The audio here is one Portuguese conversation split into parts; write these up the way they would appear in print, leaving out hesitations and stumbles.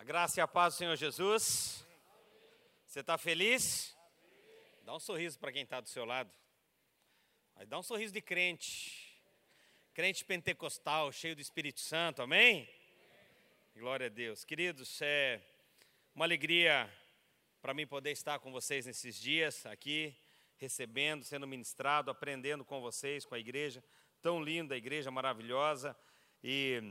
Graça e a paz do Senhor Jesus. Você está feliz? Dá um sorriso para quem está do seu lado. Aí dá um sorriso de crente. Crente pentecostal, cheio do Espírito Santo, amém? Glória a Deus. Queridos, é uma alegria para mim poder estar com vocês nesses dias aqui, recebendo, sendo ministrado, aprendendo com vocês, com a igreja tão linda, a igreja maravilhosa. E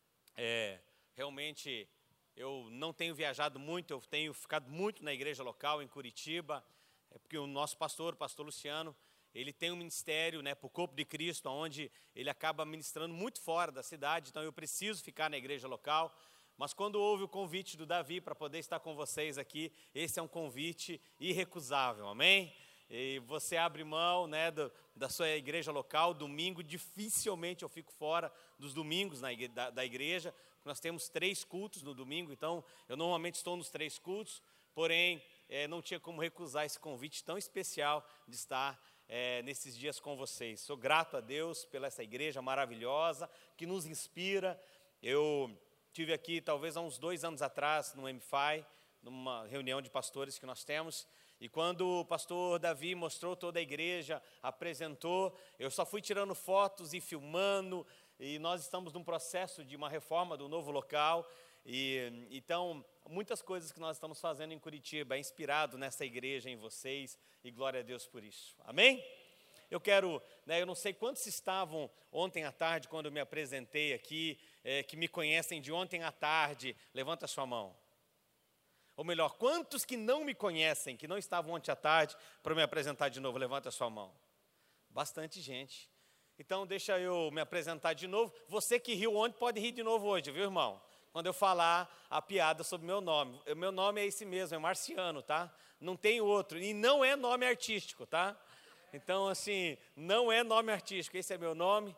realmente eu não tenho viajado muito, eu tenho ficado muito na igreja local, em Curitiba, porque o nosso pastor, o pastor Luciano, ele tem um ministério, para o corpo de Cristo, onde ele acaba ministrando muito fora da cidade, então eu preciso ficar na igreja local. Mas quando houve o convite do Davi para poder estar com vocês aqui, esse é um convite irrecusável, amém? E você abre mão da sua igreja local, domingo, dificilmente eu fico fora dos domingos da igreja. Nós temos 3 cultos no domingo, então eu normalmente estou nos 3 cultos, porém não tinha como recusar esse convite tão especial de estar nesses dias com vocês. Sou grato a Deus pela essa igreja maravilhosa, que nos inspira. Eu estive aqui talvez há uns 2 anos atrás, no MFI, numa reunião de pastores que nós temos, e quando o pastor Davi mostrou toda a igreja, apresentou, eu só fui tirando fotos e filmando, e nós estamos num processo de uma reforma do novo local, e então muitas coisas que nós estamos fazendo em Curitiba é inspirado nessa igreja, em vocês, e glória a Deus por isso, amém? Eu quero, eu não sei quantos estavam ontem à tarde, quando eu me apresentei aqui, que me conhecem de ontem à tarde, levanta a sua mão. Ou melhor, quantos que não me conhecem, que não estavam ontem à tarde, para me apresentar de novo, levanta a sua mão. Bastante gente. Então, deixa eu me apresentar de novo. Você que riu ontem pode rir de novo hoje, viu, irmão? Quando eu falar a piada sobre meu nome. O meu nome é esse mesmo, é Marciano, tá? Não tem outro. E não é nome artístico, tá? Então, assim, não é nome artístico. Esse é meu nome.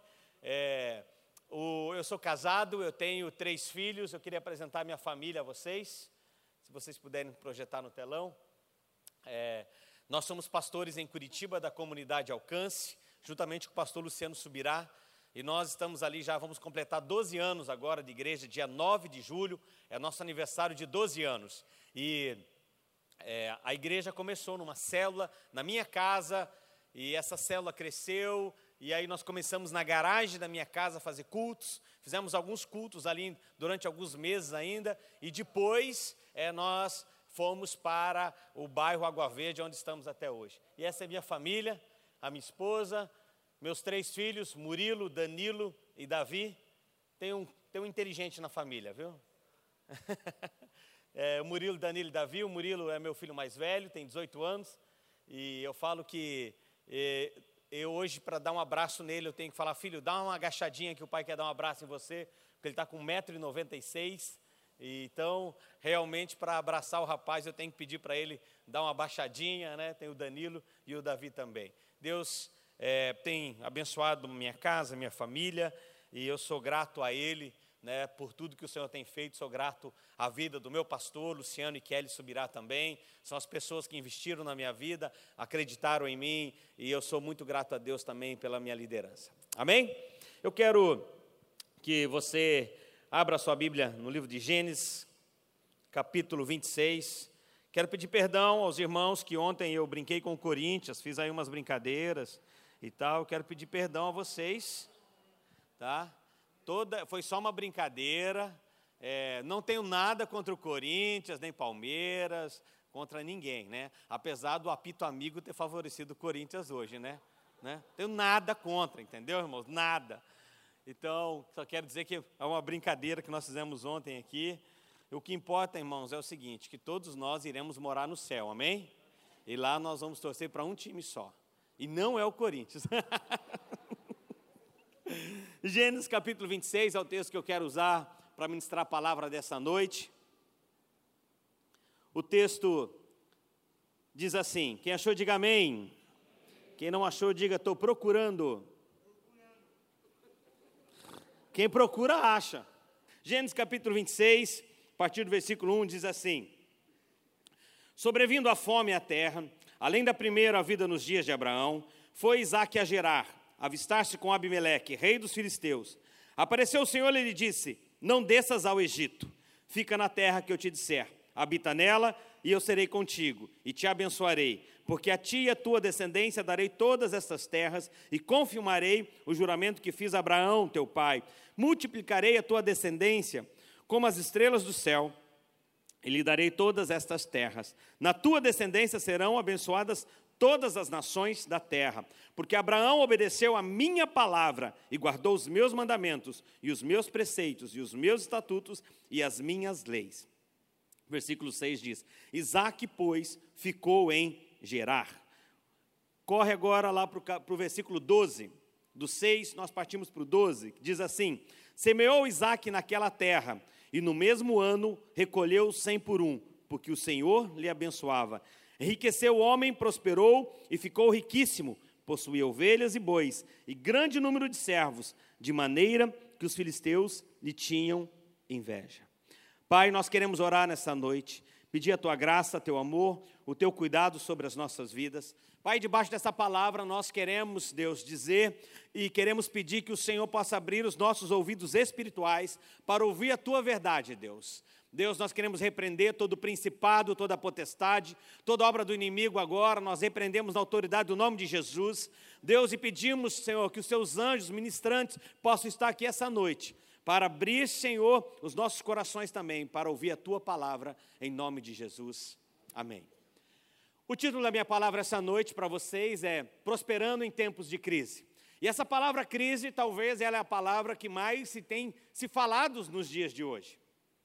Eu sou casado, eu tenho 3 filhos. Eu queria apresentar minha família a vocês. Se vocês puderem projetar no telão. Nós somos pastores em Curitiba, da comunidade Alcance, juntamente com o pastor Luciano Subirá, e nós estamos ali, já vamos completar 12 anos agora de igreja, dia 9 de julho, é nosso aniversário de 12 anos, e a igreja começou numa célula, na minha casa, e essa célula cresceu, e aí nós começamos na garagem da minha casa a fazer cultos, fizemos alguns cultos ali durante alguns meses ainda, e depois nós fomos para o bairro Água Verde, onde estamos até hoje. E essa é minha família, a minha esposa, meus 3 filhos, Murilo, Danilo e Davi. Tem um inteligente na família, viu? O Murilo, Danilo e Davi. O Murilo é meu filho mais velho, tem 18 anos. E eu falo que eu hoje, para dar um abraço nele, eu tenho que falar: filho, dá uma agachadinha que o pai quer dar um abraço em você, porque ele está com 1,96 m. Então, realmente, para abraçar o rapaz, eu tenho que pedir para ele dar uma baixadinha, Tem o Danilo e o Davi também. Deus tem abençoado minha casa, minha família, e eu sou grato a Ele, por tudo que o Senhor tem feito. Sou grato à vida do meu pastor, Luciano e Kelly Subirá também. São as pessoas que investiram na minha vida, acreditaram em mim, e eu sou muito grato a Deus também pela minha liderança. Amém? Eu quero que você abra sua Bíblia no livro de Gênesis, capítulo 26. Quero pedir perdão aos irmãos que ontem eu brinquei com o Corinthians, fiz aí umas brincadeiras e tal. Quero pedir perdão a vocês, tá? Foi só uma brincadeira. Não tenho nada contra o Corinthians, nem Palmeiras, contra ninguém, Apesar do apito amigo ter favorecido o Corinthians hoje, Tenho nada contra, entendeu, irmãos? Nada. Então, só quero dizer que é uma brincadeira que nós fizemos ontem aqui. O que importa, irmãos, é o seguinte: que todos nós iremos morar no céu, amém? E lá nós vamos torcer para um time só. E não é o Corinthians. Gênesis capítulo 26 é o texto que eu quero usar para ministrar a palavra dessa noite. O texto diz assim: quem achou, diga amém. Quem não achou, diga estou procurando. Quem procura, acha. Gênesis capítulo 26, a partir do versículo 1, diz assim: sobrevindo a fome à terra, além da primeira vida nos dias de Abraão, foi Isaque a Gerar, avistar-se com Abimeleque, rei dos filisteus. Apareceu o Senhor e lhe disse: não desças ao Egito, Fica na terra que eu te disser, habita nela, e eu serei contigo, e te abençoarei, porque a ti e a tua descendência darei todas estas terras, e confirmarei o juramento que fiz a Abraão, teu pai. Multiplicarei a tua descendência como as estrelas do céu, e lhe darei todas estas terras. Na tua descendência serão abençoadas todas as nações da terra, porque Abraão obedeceu a minha palavra e guardou os meus mandamentos, e os meus preceitos, e os meus estatutos, e as minhas leis. Versículo 6 diz, Isaque, pois, ficou em Gerar. Corre agora lá para o versículo 12, do 6 nós partimos para o 12, que diz assim, semeou Isaque naquela terra, e no mesmo ano recolheu 100 por 1, porque o Senhor lhe abençoava. Enriqueceu o homem, prosperou e ficou riquíssimo, possuía ovelhas e bois, e grande número de servos, de maneira que os filisteus lhe tinham inveja. Pai, nós queremos orar nessa noite, pedir a Tua graça, Teu amor, o Teu cuidado sobre as nossas vidas. Pai, debaixo dessa palavra nós queremos, Deus, dizer e queremos pedir que o Senhor possa abrir os nossos ouvidos espirituais para ouvir a Tua verdade, Deus. Deus, nós queremos repreender todo o principado, toda a potestade, toda obra do inimigo agora, nós repreendemos na autoridade do nome de Jesus. Deus, e pedimos, Senhor, que os Seus anjos ministrantes possam estar aqui essa noite, para abrir, Senhor, os nossos corações também, para ouvir a Tua palavra, em nome de Jesus. Amém. O título da minha palavra essa noite para vocês é Prosperando em Tempos de Crise. E essa palavra crise, talvez ela é a palavra que mais se falado nos dias de hoje.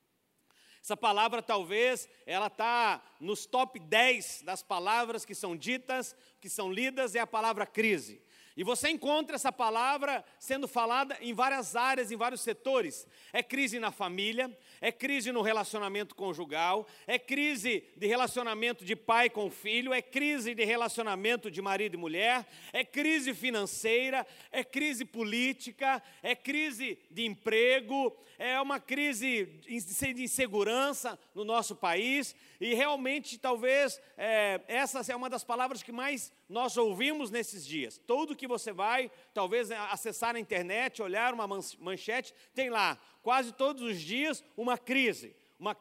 Essa palavra, talvez, ela está nos top 10 das palavras que são ditas, que são lidas, é a palavra crise. E você encontra essa palavra sendo falada em várias áreas, em vários setores. É crise na família, é crise no relacionamento conjugal, é crise de relacionamento de pai com filho, é crise de relacionamento de marido e mulher, é crise financeira, é crise política, é crise de emprego, é uma crise de insegurança no nosso país. E realmente, talvez, essa é uma das palavras que mais nós ouvimos nesses dias. Tudo que você vai, talvez, acessar na internet, olhar uma manchete, tem lá, quase todos os dias, uma crise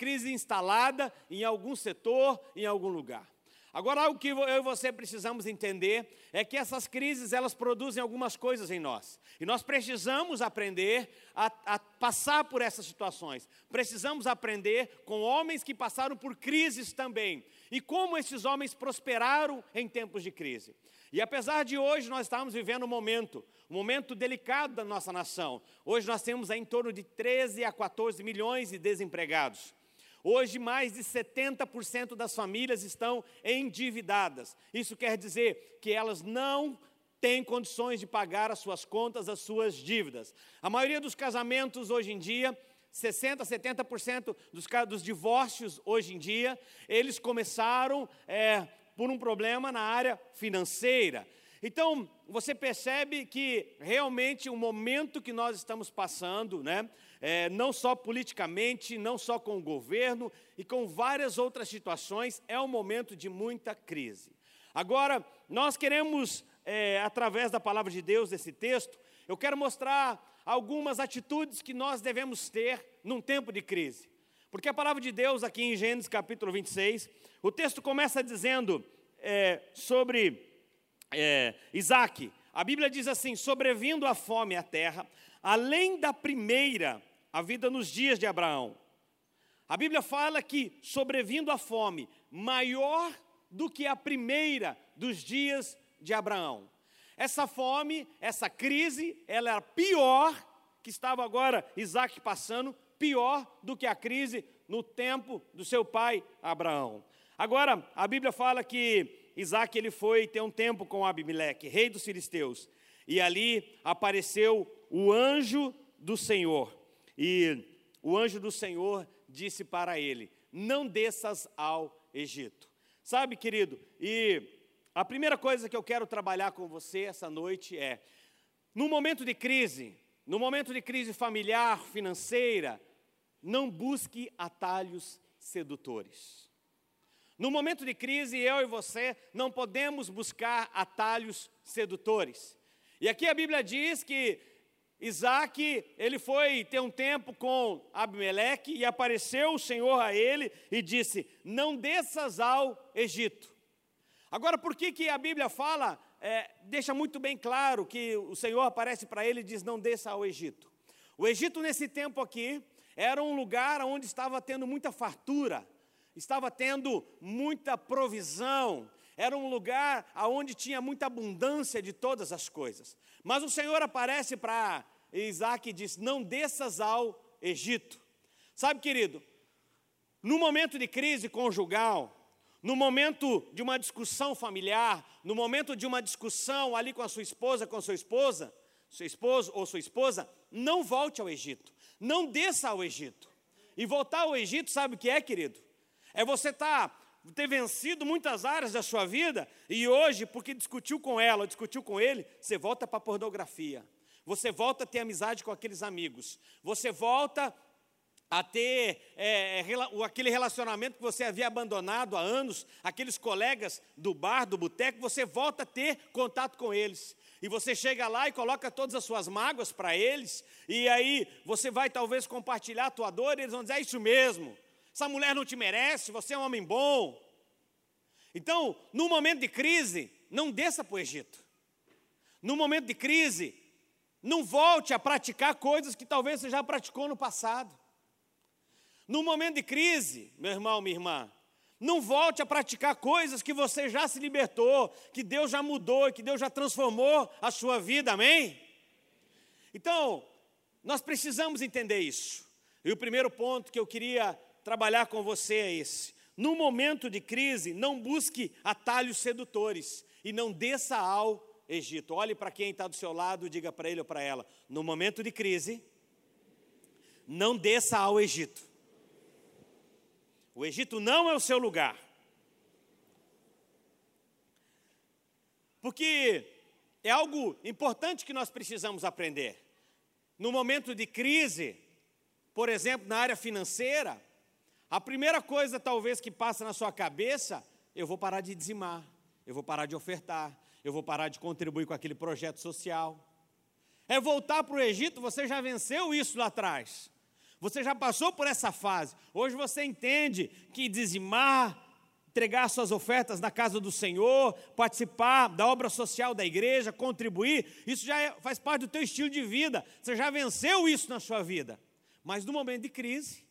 instalada em algum setor, em algum lugar. Agora, algo que eu e você precisamos entender é que essas crises, elas produzem algumas coisas em nós. E nós precisamos aprender a passar por essas situações. Precisamos aprender com homens que passaram por crises também. E como esses homens prosperaram em tempos de crise. E apesar de hoje nós estarmos vivendo um momento delicado da nossa nação. Hoje nós temos em torno de 13 a 14 milhões de desempregados. Hoje, mais de 70% das famílias estão endividadas. Isso quer dizer que elas não têm condições de pagar as suas contas, as suas dívidas. A maioria dos casamentos hoje em dia, 60% a 70% dos divórcios hoje em dia, eles começaram por um problema na área financeira. Então, você percebe que realmente o momento que nós estamos passando, não só politicamente, não só com o governo e com várias outras situações, é um momento de muita crise. Agora, nós queremos, através da palavra de Deus, desse texto, eu quero mostrar algumas atitudes que nós devemos ter num tempo de crise. Porque a palavra de Deus, aqui em Gênesis capítulo 26, o texto começa dizendo sobre Isaque. A Bíblia diz assim, sobrevindo a fome à terra, além da primeira, a vida nos dias de Abraão. A Bíblia fala que sobrevindo a fome, maior do que a primeira dos dias de Abraão. Essa fome, essa crise, ela era pior, que estava agora Isaque passando, pior do que a crise no tempo do seu pai Abraão. Agora, a Bíblia fala que Isaque ele foi ter um tempo com Abimeleque, rei dos filisteus, e ali apareceu o anjo do Senhor. E o anjo do Senhor disse para ele, não desças ao Egito. Sabe, querido, e a primeira coisa que eu quero trabalhar com você essa noite é, no momento de crise familiar, financeira, não busque atalhos sedutores. No momento de crise, eu e você não podemos buscar atalhos sedutores. E aqui a Bíblia diz que Isaac, ele foi ter um tempo com Abimeleque e apareceu o Senhor a ele e disse: não desças ao Egito. Agora, por que a Bíblia fala, deixa muito bem claro que o Senhor aparece para ele e diz: não desça ao Egito? O Egito, nesse tempo aqui, era um lugar onde estava tendo muita fartura, estava tendo muita provisão, era um lugar onde tinha muita abundância de todas as coisas. Mas o Senhor aparece para Isaac e diz: não desças ao Egito. Sabe, querido, no momento de crise conjugal, no momento de uma discussão familiar, no momento de uma discussão ali com a sua esposa, seu esposo ou sua esposa, não volte ao Egito, não desça ao Egito. E voltar ao Egito, sabe o que é, querido? É você ter vencido muitas áreas da sua vida e hoje, porque discutiu com ela, ou discutiu com ele, você volta para a pornografia, você volta a ter amizade com aqueles amigos, você volta a ter aquele relacionamento que você havia abandonado há anos, aqueles colegas do bar, do boteco, você volta a ter contato com eles. E você chega lá e coloca todas as suas mágoas para eles, e aí você vai talvez compartilhar a tua dor, e eles vão dizer: é isso mesmo, essa mulher não te merece, você é um homem bom. Então, no momento de crise, não desça para o Egito. No momento de crise, não volte a praticar coisas que talvez você já praticou no passado. No momento de crise, meu irmão, minha irmã, não volte a praticar coisas que você já se libertou, que Deus já mudou, que Deus já transformou a sua vida, amém? Então, nós precisamos entender isso. E o primeiro ponto que eu queria trabalhar com você é esse: no momento de crise, não busque atalhos sedutores e não desça ao Egito. Olhe para quem está do seu lado e diga para ele ou para ela: no momento de crise, não desça ao Egito. O Egito não é o seu lugar. Porque é algo importante que nós precisamos aprender. No momento de crise, por exemplo, na área financeira, a primeira coisa talvez que passa na sua cabeça: eu vou parar de dizimar, eu vou parar de ofertar, eu vou parar de contribuir com aquele projeto social. É voltar para o Egito. Você já venceu isso lá atrás. Você já passou por essa fase. Hoje você entende que dizimar, entregar suas ofertas na casa do Senhor, participar da obra social da igreja, contribuir, isso já faz parte do teu estilo de vida. Você já venceu isso na sua vida. Mas no momento de crise,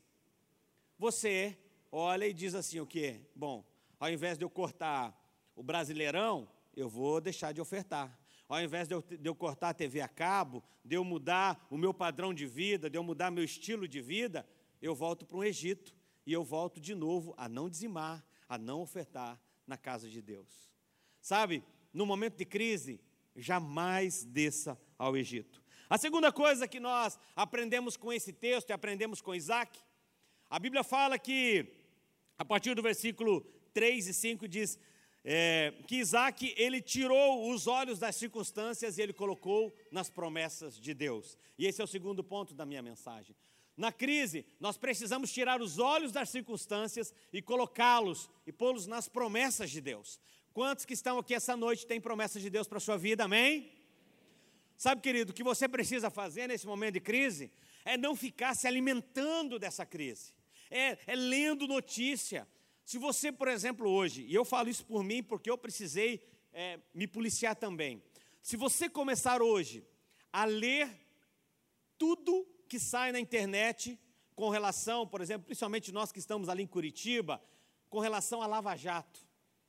você olha e diz assim: o quê? Bom, ao invés de eu cortar o Brasileirão, eu vou deixar de ofertar. Ao invés de eu cortar a TV a cabo, de eu mudar o meu padrão de vida, de eu mudar meu estilo de vida, eu volto para o Egito e eu volto de novo a não dizimar, a não ofertar na casa de Deus. Sabe, no momento de crise, jamais desça ao Egito. A segunda coisa que nós aprendemos com esse texto e aprendemos com Isaac, a Bíblia fala que, a partir do versículo 3 e 5, diz que Isaac, ele tirou os olhos das circunstâncias e ele colocou nas promessas de Deus. E esse é o segundo ponto da minha mensagem. Na crise, nós precisamos tirar os olhos das circunstâncias e colocá-los e pô-los nas promessas de Deus. Quantos que estão aqui essa noite têm promessas de Deus para a sua vida, amém? Sabe, querido, o que você precisa fazer nesse momento de crise é não ficar se alimentando dessa crise, é lendo notícia. Se você, por exemplo, hoje, e eu falo isso por mim porque eu precisei me policiar também. Se você começar hoje a ler tudo que sai na internet com relação, por exemplo, principalmente nós que estamos ali em Curitiba, com relação a Lava Jato,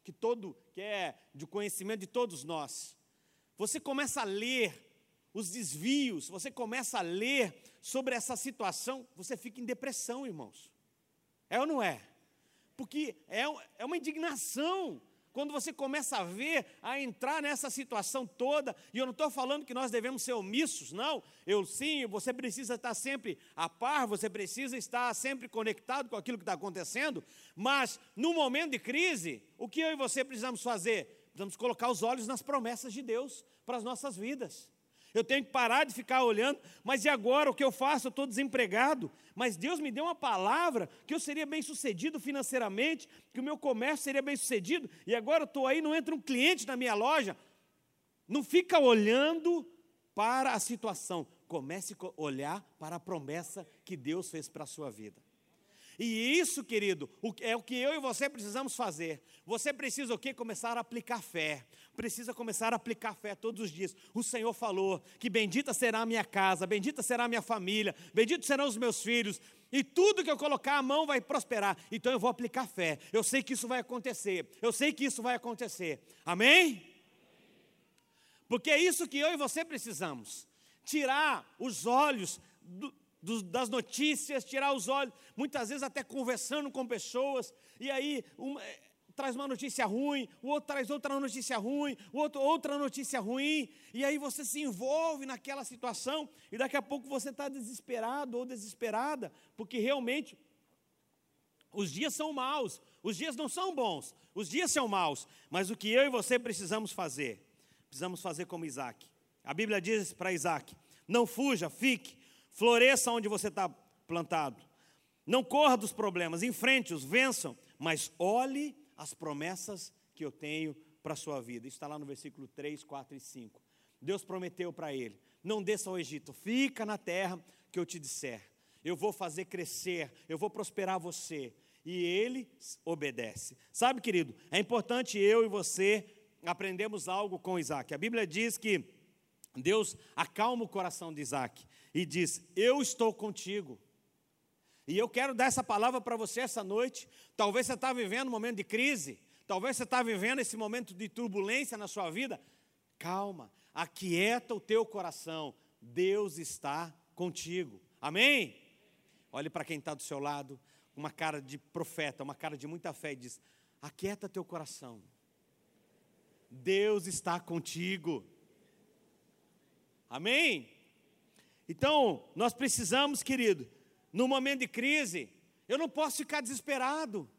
que é de conhecimento de todos nós. Você começa a ler os desvios, você começa a ler sobre essa situação, você fica em depressão, irmãos. É ou não é? Porque é uma indignação quando você começa a ver, a entrar nessa situação toda. E eu não estou falando que nós devemos ser omissos, não. Você precisa estar sempre a par, você precisa estar sempre conectado com aquilo que está acontecendo. Mas, no momento de crise, o que eu e você precisamos fazer? Precisamos colocar os olhos nas promessas de Deus para as nossas vidas. Eu tenho que parar de ficar olhando, mas e agora o que eu faço? Eu estou desempregado, mas Deus me deu uma palavra que eu seria bem sucedido financeiramente, que o meu comércio seria bem sucedido, e agora eu estou aí, não entra um cliente na minha loja. Não fica olhando para a situação, comece a olhar para a promessa que Deus fez para a sua vida. E isso, querido, é o que eu e você precisamos fazer. Você precisa o quê? Começar a aplicar fé. Precisa começar a aplicar fé todos os dias. O Senhor falou que bendita será a minha casa, bendita será a minha família, benditos serão os meus filhos, e tudo que eu colocar a mão vai prosperar. Então eu vou aplicar fé. Eu sei que isso vai acontecer. Eu sei que isso vai acontecer. Amém? Porque é isso que eu e você precisamos. Tirar os olhos das notícias, tirar os olhos, muitas vezes até conversando com pessoas, e aí traz uma notícia ruim, o outro traz outra notícia ruim, o outro outra notícia ruim, e aí você se envolve naquela situação, e daqui a pouco você está desesperado ou desesperada, porque realmente os dias são maus, os dias não são bons, os dias são maus, mas o que eu e você precisamos fazer como Isaac. A Bíblia diz para Isaac: não fuja, fique, floresça onde você está plantado. Não corra dos problemas, enfrente-os, vençam, mas olhe as promessas que eu tenho para a sua vida. Isso está lá no versículo 3, 4 e 5. Deus prometeu para ele: não desça ao Egito, fica na terra que eu te disser. Eu vou fazer crescer, eu vou prosperar você. E ele obedece. Sabe, querido, é importante eu e você aprendermos algo com Isaac. A Bíblia diz que Deus acalma o coração de Isaac e diz: eu estou contigo. E eu quero dar essa palavra para você essa noite. Talvez você está vivendo um momento de crise, talvez você está vivendo esse momento de turbulência na sua vida. Calma, aquieta o teu coração, Deus está contigo. Amém? Olhe para quem está do seu lado, uma cara de profeta, uma cara de muita fé, e diz: aquieta teu coração, Deus está contigo. Amém? Então, nós precisamos, querido, no momento de crise, eu não posso ficar desesperado,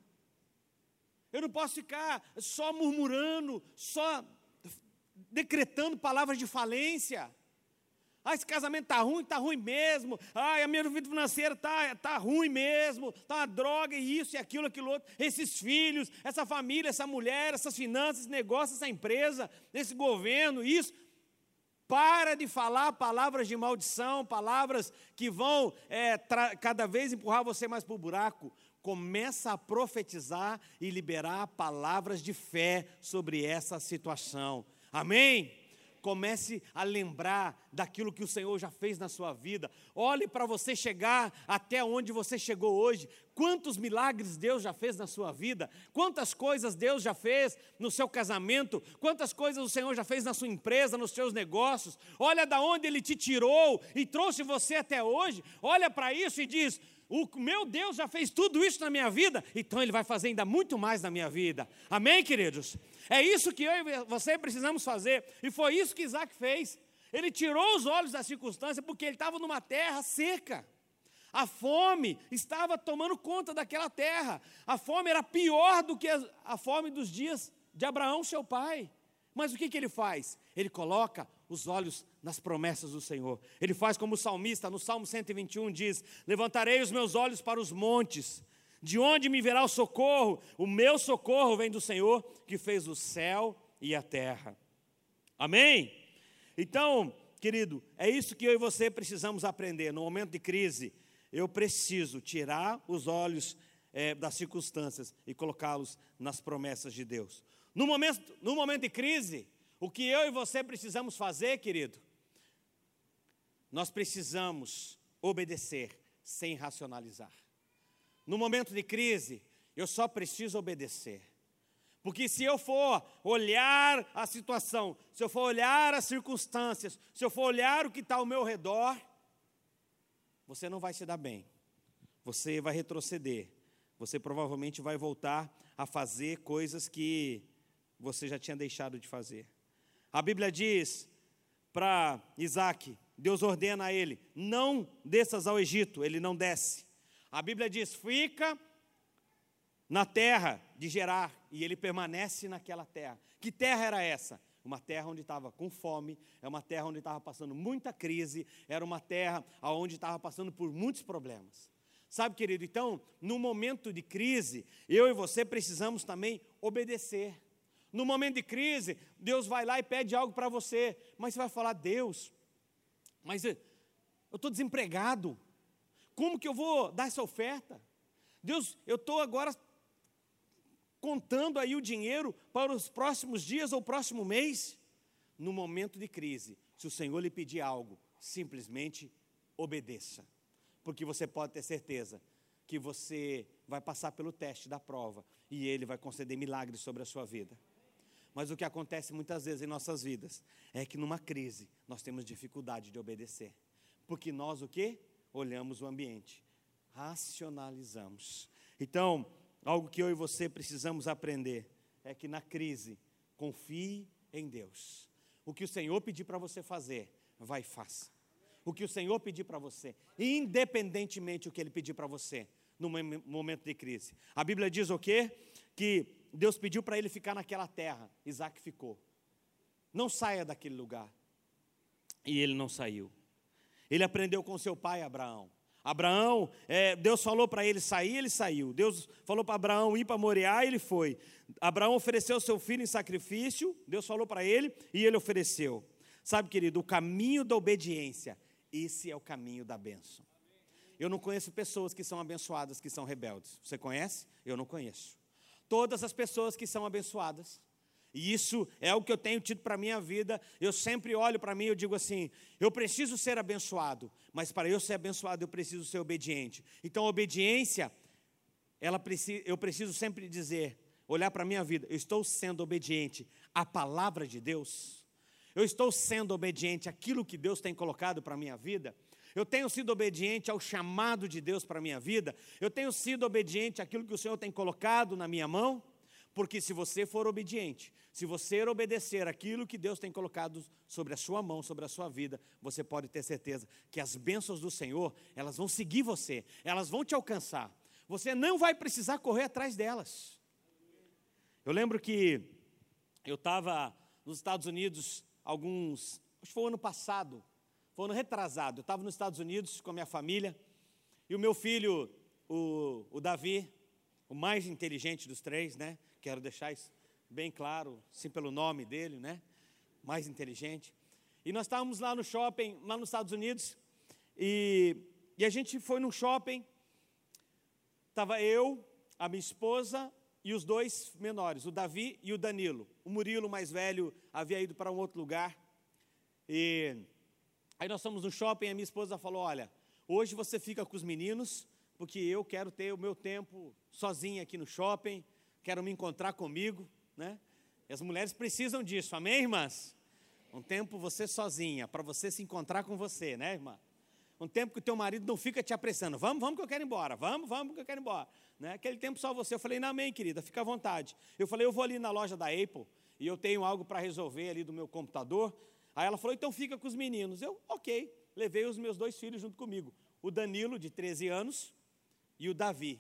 eu não posso ficar só murmurando, só decretando palavras de falência. Esse casamento está ruim mesmo. A minha vida financeira está ruim mesmo. Está uma droga, e isso, e aquilo, aquilo outro. Esses filhos, essa família, essa mulher, essas finanças, esse negócio, essa empresa, esse governo, isso. Para de falar palavras de maldição, palavras que vão cada vez empurrar você mais para o buraco. Começa a profetizar e liberar palavras de fé sobre essa situação. Amém? Comece a lembrar daquilo que o Senhor já fez na sua vida. Olhe para você chegar até onde você chegou hoje. Quantos milagres Deus já fez na sua vida? Quantas coisas Deus já fez no seu casamento? Quantas coisas o Senhor já fez na sua empresa, nos seus negócios? Olha da onde Ele te tirou e trouxe você até hoje. Olha para isso e diz: o meu Deus já fez tudo isso na minha vida, então Ele vai fazer ainda muito mais na minha vida. Amém, queridos? É isso que eu e você precisamos fazer, e foi isso que Isaac fez. Ele tirou os olhos da circunstância, porque ele estava numa terra seca. A fome estava tomando conta daquela terra. A fome era pior do que a fome dos dias de Abraão, seu pai. Mas o que ele faz? Ele coloca os olhos nas promessas do Senhor. Ele faz como o salmista, no Salmo 121 diz: levantarei os meus olhos para os montes, de onde me virá o socorro? O meu socorro vem do Senhor, que fez o céu e a terra. Amém? Então, querido, é isso que eu e você precisamos aprender. No momento de crise, eu preciso tirar os olhos das circunstâncias e colocá-los nas promessas de Deus. No momento de crise, o que eu e você precisamos fazer, querido? Nós precisamos obedecer sem racionalizar. No momento de crise, eu só preciso obedecer. Porque se eu for olhar a situação, se eu for olhar as circunstâncias, se eu for olhar o que está ao meu redor, você não vai se dar bem. Você vai retroceder. Você provavelmente vai voltar a fazer coisas que você já tinha deixado de fazer. A Bíblia diz para Isaac, Deus ordena a ele: não desças ao Egito. Ele não desce. A Bíblia diz: fica na terra de Gerar, e ele permanece naquela terra. Que terra era essa? Uma terra onde estava com fome, é uma terra onde estava passando muita crise, era uma terra onde estava passando por muitos problemas. Sabe, querido, então, no momento de crise, eu e você precisamos também obedecer. No momento de crise, Deus vai lá e pede algo para você, mas você vai falar: Deus, mas eu estou desempregado, como que eu vou dar essa oferta? Deus, eu estou agora contando aí o dinheiro para os próximos dias ou próximo mês. No momento de crise, se o Senhor lhe pedir algo, simplesmente obedeça, porque você pode ter certeza que você vai passar pelo teste da prova e Ele vai conceder milagres sobre a sua vida. Mas o que acontece muitas vezes em nossas vidas é que numa crise nós temos dificuldade de obedecer, porque nós o quê? Olhamos o ambiente, racionalizamos. Então, algo que eu e você precisamos aprender é que na crise, confie em Deus. O que o Senhor pedir para você fazer, vai e faça. O que o Senhor pedir para você, independentemente do que Ele pedir para você, no momento de crise. A Bíblia diz o quê? Que Deus pediu para ele ficar naquela terra. Isaac ficou. Não saia daquele lugar. E ele não saiu. Ele aprendeu com seu pai Abraão. Deus falou para ele sair, ele saiu. Deus falou para Abraão ir para Moriá, ele foi. Abraão ofereceu seu filho em sacrifício, Deus falou para ele e ele ofereceu. Sabe, querido, o caminho da obediência, esse é o caminho da bênção. Eu não conheço pessoas que são abençoadas, que são rebeldes. Você conhece? Eu não conheço. Todas as pessoas que são abençoadas, e isso é o que eu tenho tido para a minha vida, eu sempre olho para mim e eu digo assim, eu preciso ser abençoado, mas para eu ser abençoado eu preciso ser obediente. Então a obediência, eu preciso sempre dizer, olhar para a minha vida, eu estou sendo obediente à palavra de Deus, eu estou sendo obediente àquilo que Deus tem colocado para a minha vida, eu tenho sido obediente ao chamado de Deus para a minha vida, eu tenho sido obediente àquilo que o Senhor tem colocado na minha mão, porque se você for obediente, se você obedecer aquilo que Deus tem colocado sobre a sua mão, sobre a sua vida, você pode ter certeza que as bênçãos do Senhor, elas vão seguir você, elas vão te alcançar, você não vai precisar correr atrás delas. Eu lembro que eu estava nos Estados Unidos, acho que foi o ano passado, foi ano retrasado, eu estava nos Estados Unidos com a minha família, e o meu filho, o Davi, o mais inteligente dos três, né? Quero deixar isso bem claro, sim pelo nome dele, né? Mais inteligente. E nós estávamos lá no shopping, lá nos Estados Unidos, e a gente foi num shopping, estava eu, a minha esposa e os dois menores, o Davi e o Danilo. O Murilo, mais velho, havia ido para um outro lugar, e aí nós estamos no shopping e a minha esposa falou, olha, hoje você fica com os meninos, porque eu quero ter o meu tempo sozinha aqui no shopping, quero me encontrar comigo, né? E as mulheres precisam disso, amém, irmãs? Um tempo você sozinha, para você se encontrar com você, né, irmã? Um tempo que o teu marido não fica te apressando, vamos que eu quero ir embora, vamos que eu quero ir embora, né? Aquele tempo só você, eu falei, não, amém, querida, fica à vontade. Eu falei, eu vou ali na loja da Apple, e eu tenho algo para resolver ali do meu computador. Aí ela falou, então fica com os meninos. Eu, ok, levei os meus dois filhos junto comigo, o Danilo, de 13 anos, e o Davi.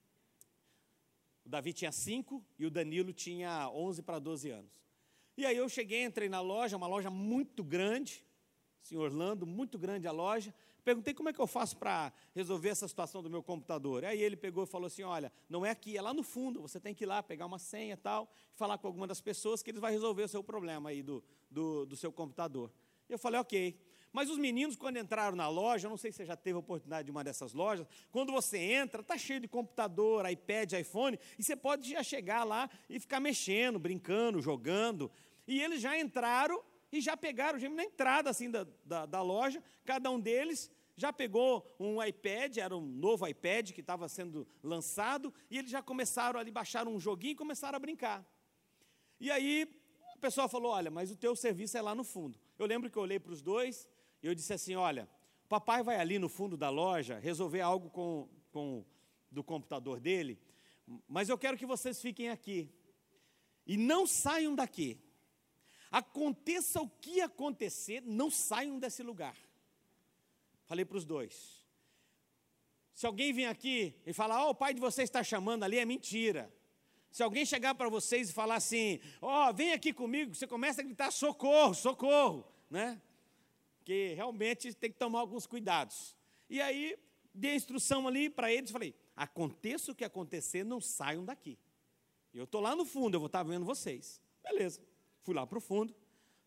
O Davi tinha 5 e o Danilo tinha 11 para 12 anos. E aí eu cheguei, entrei na loja, uma loja muito grande, em Orlando, muito grande a loja. Perguntei como é que eu faço para resolver essa situação do meu computador. Aí ele pegou e falou assim, olha, não é aqui, é lá no fundo, você tem que ir lá, pegar uma senha e tal, falar com alguma das pessoas que eles vão resolver o seu problema aí do seu computador. Eu falei, ok. Mas os meninos, quando entraram na loja, eu não sei se você já teve a oportunidade de uma dessas lojas, quando você entra, está cheio de computador, iPad, iPhone, e você pode já chegar lá e ficar mexendo, brincando, jogando. E eles já entraram e já pegaram, já na entrada assim, da loja, cada um deles já pegou um iPad, era um novo iPad que estava sendo lançado, e eles já começaram ali, baixaram um joguinho e começaram a brincar. E aí a pessoa falou, olha, mas o teu serviço é lá no fundo. Eu lembro que eu olhei para os dois, e eu disse assim, olha, o papai vai ali no fundo da loja resolver algo do computador dele, mas eu quero que vocês fiquem aqui e não saiam daqui. Aconteça o que acontecer, não saiam desse lugar. Falei para os dois. Se alguém vir aqui e falar, o pai de vocês está chamando ali, é mentira. Se alguém chegar para vocês e falar assim, vem aqui comigo, você começa a gritar, socorro, socorro, né? Que realmente tem que tomar alguns cuidados. E aí, dei a instrução ali para eles, falei, aconteça o que acontecer, não saiam daqui. Eu estou lá no fundo, eu vou estar vendo vocês. Beleza, fui lá para o fundo,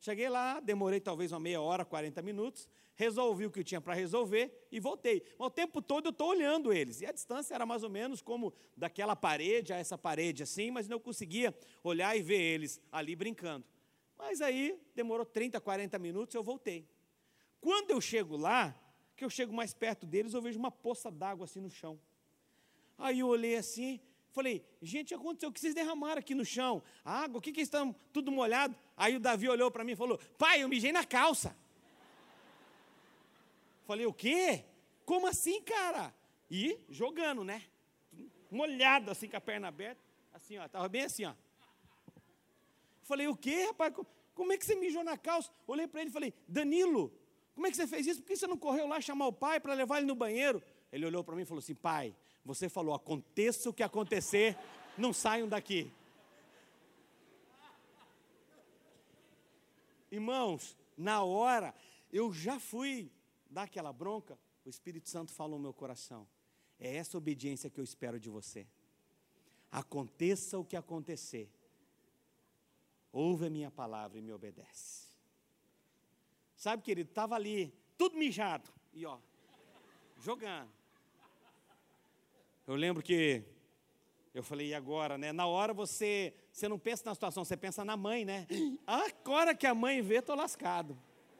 Cheguei lá, demorei talvez uma meia hora, 40 minutos, resolvi o que eu tinha para resolver e voltei. Mas o tempo todo eu estou olhando eles. E a distância era mais ou menos como daquela parede a essa parede assim, mas não conseguia olhar e ver eles ali brincando. Mas aí demorou 30, 40 minutos, eu voltei. Quando eu chego lá, que eu chego mais perto deles, eu vejo uma poça d'água assim no chão. Aí eu olhei assim, falei, gente, aconteceu, o que vocês derramaram aqui no chão? A água, o que estão tudo molhado? Aí o Davi olhou para mim e falou, pai, eu mijei na calça. Falei, o quê? Como assim, cara? E jogando, né? Molhado assim, com a perna aberta, assim, ó, estava bem assim, ó. Falei, o quê, rapaz? Como é que você mijou na calça? Olhei para ele e falei, Danilo, como é que você fez isso? Por que você não correu lá chamar o pai para levar ele no banheiro? Ele olhou para mim e falou assim, pai, você falou, aconteça o que acontecer, não saiam daqui. Irmãos, na hora, eu já fui dar aquela bronca, o Espírito Santo falou no meu coração, é essa obediência que eu espero de você. Aconteça o que acontecer, ouve a minha palavra e me obedece. Sabe, querido, estava ali, tudo mijado, e ó, jogando. Eu lembro que eu falei, e agora, né? Na hora você não pensa na situação, você pensa na mãe, né? Agora que a mãe vê, estou lascado.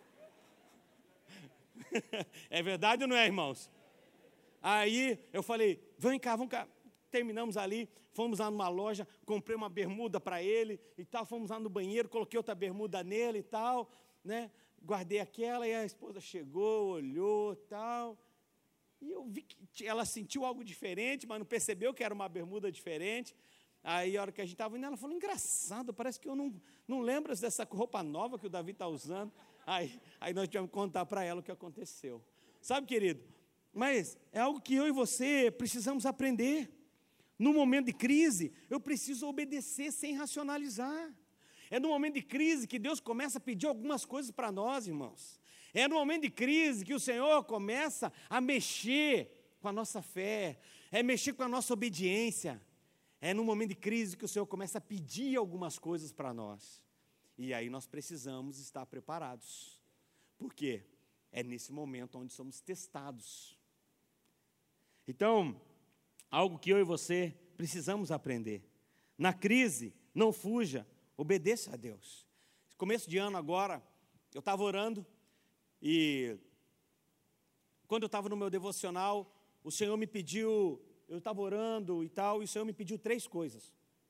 É verdade ou não é, irmãos? Aí eu falei, vem cá, vamos cá. Terminamos ali, fomos lá numa loja, comprei uma bermuda para ele e tal, fomos lá no banheiro, coloquei outra bermuda nele e tal, né? Guardei aquela e a esposa chegou, olhou e tal. E eu vi que ela sentiu algo diferente, mas não percebeu que era uma bermuda diferente. Aí, a hora que a gente estava indo, ela falou, engraçado, parece que eu não lembro dessa roupa nova que o Davi está usando. Aí nós tivemos que contar para ela o que aconteceu. Sabe, querido, mas é algo que eu e você precisamos aprender. No momento de crise, eu preciso obedecer sem racionalizar. É no momento de crise que Deus começa a pedir algumas coisas para nós, irmãos. É no momento de crise que o Senhor começa a mexer com a nossa fé, é mexer com a nossa obediência. É no momento de crise que o Senhor começa a pedir algumas coisas para nós. E aí nós precisamos estar preparados. Por quê? É nesse momento onde somos testados. Então, algo que eu e você precisamos aprender. Na crise, não fuja, obedeça a Deus. Começo de ano agora, eu estava orando e quando eu estava no meu devocional, o Senhor me pediu, eu estava orando e tal, e o Senhor me pediu 3 coisas.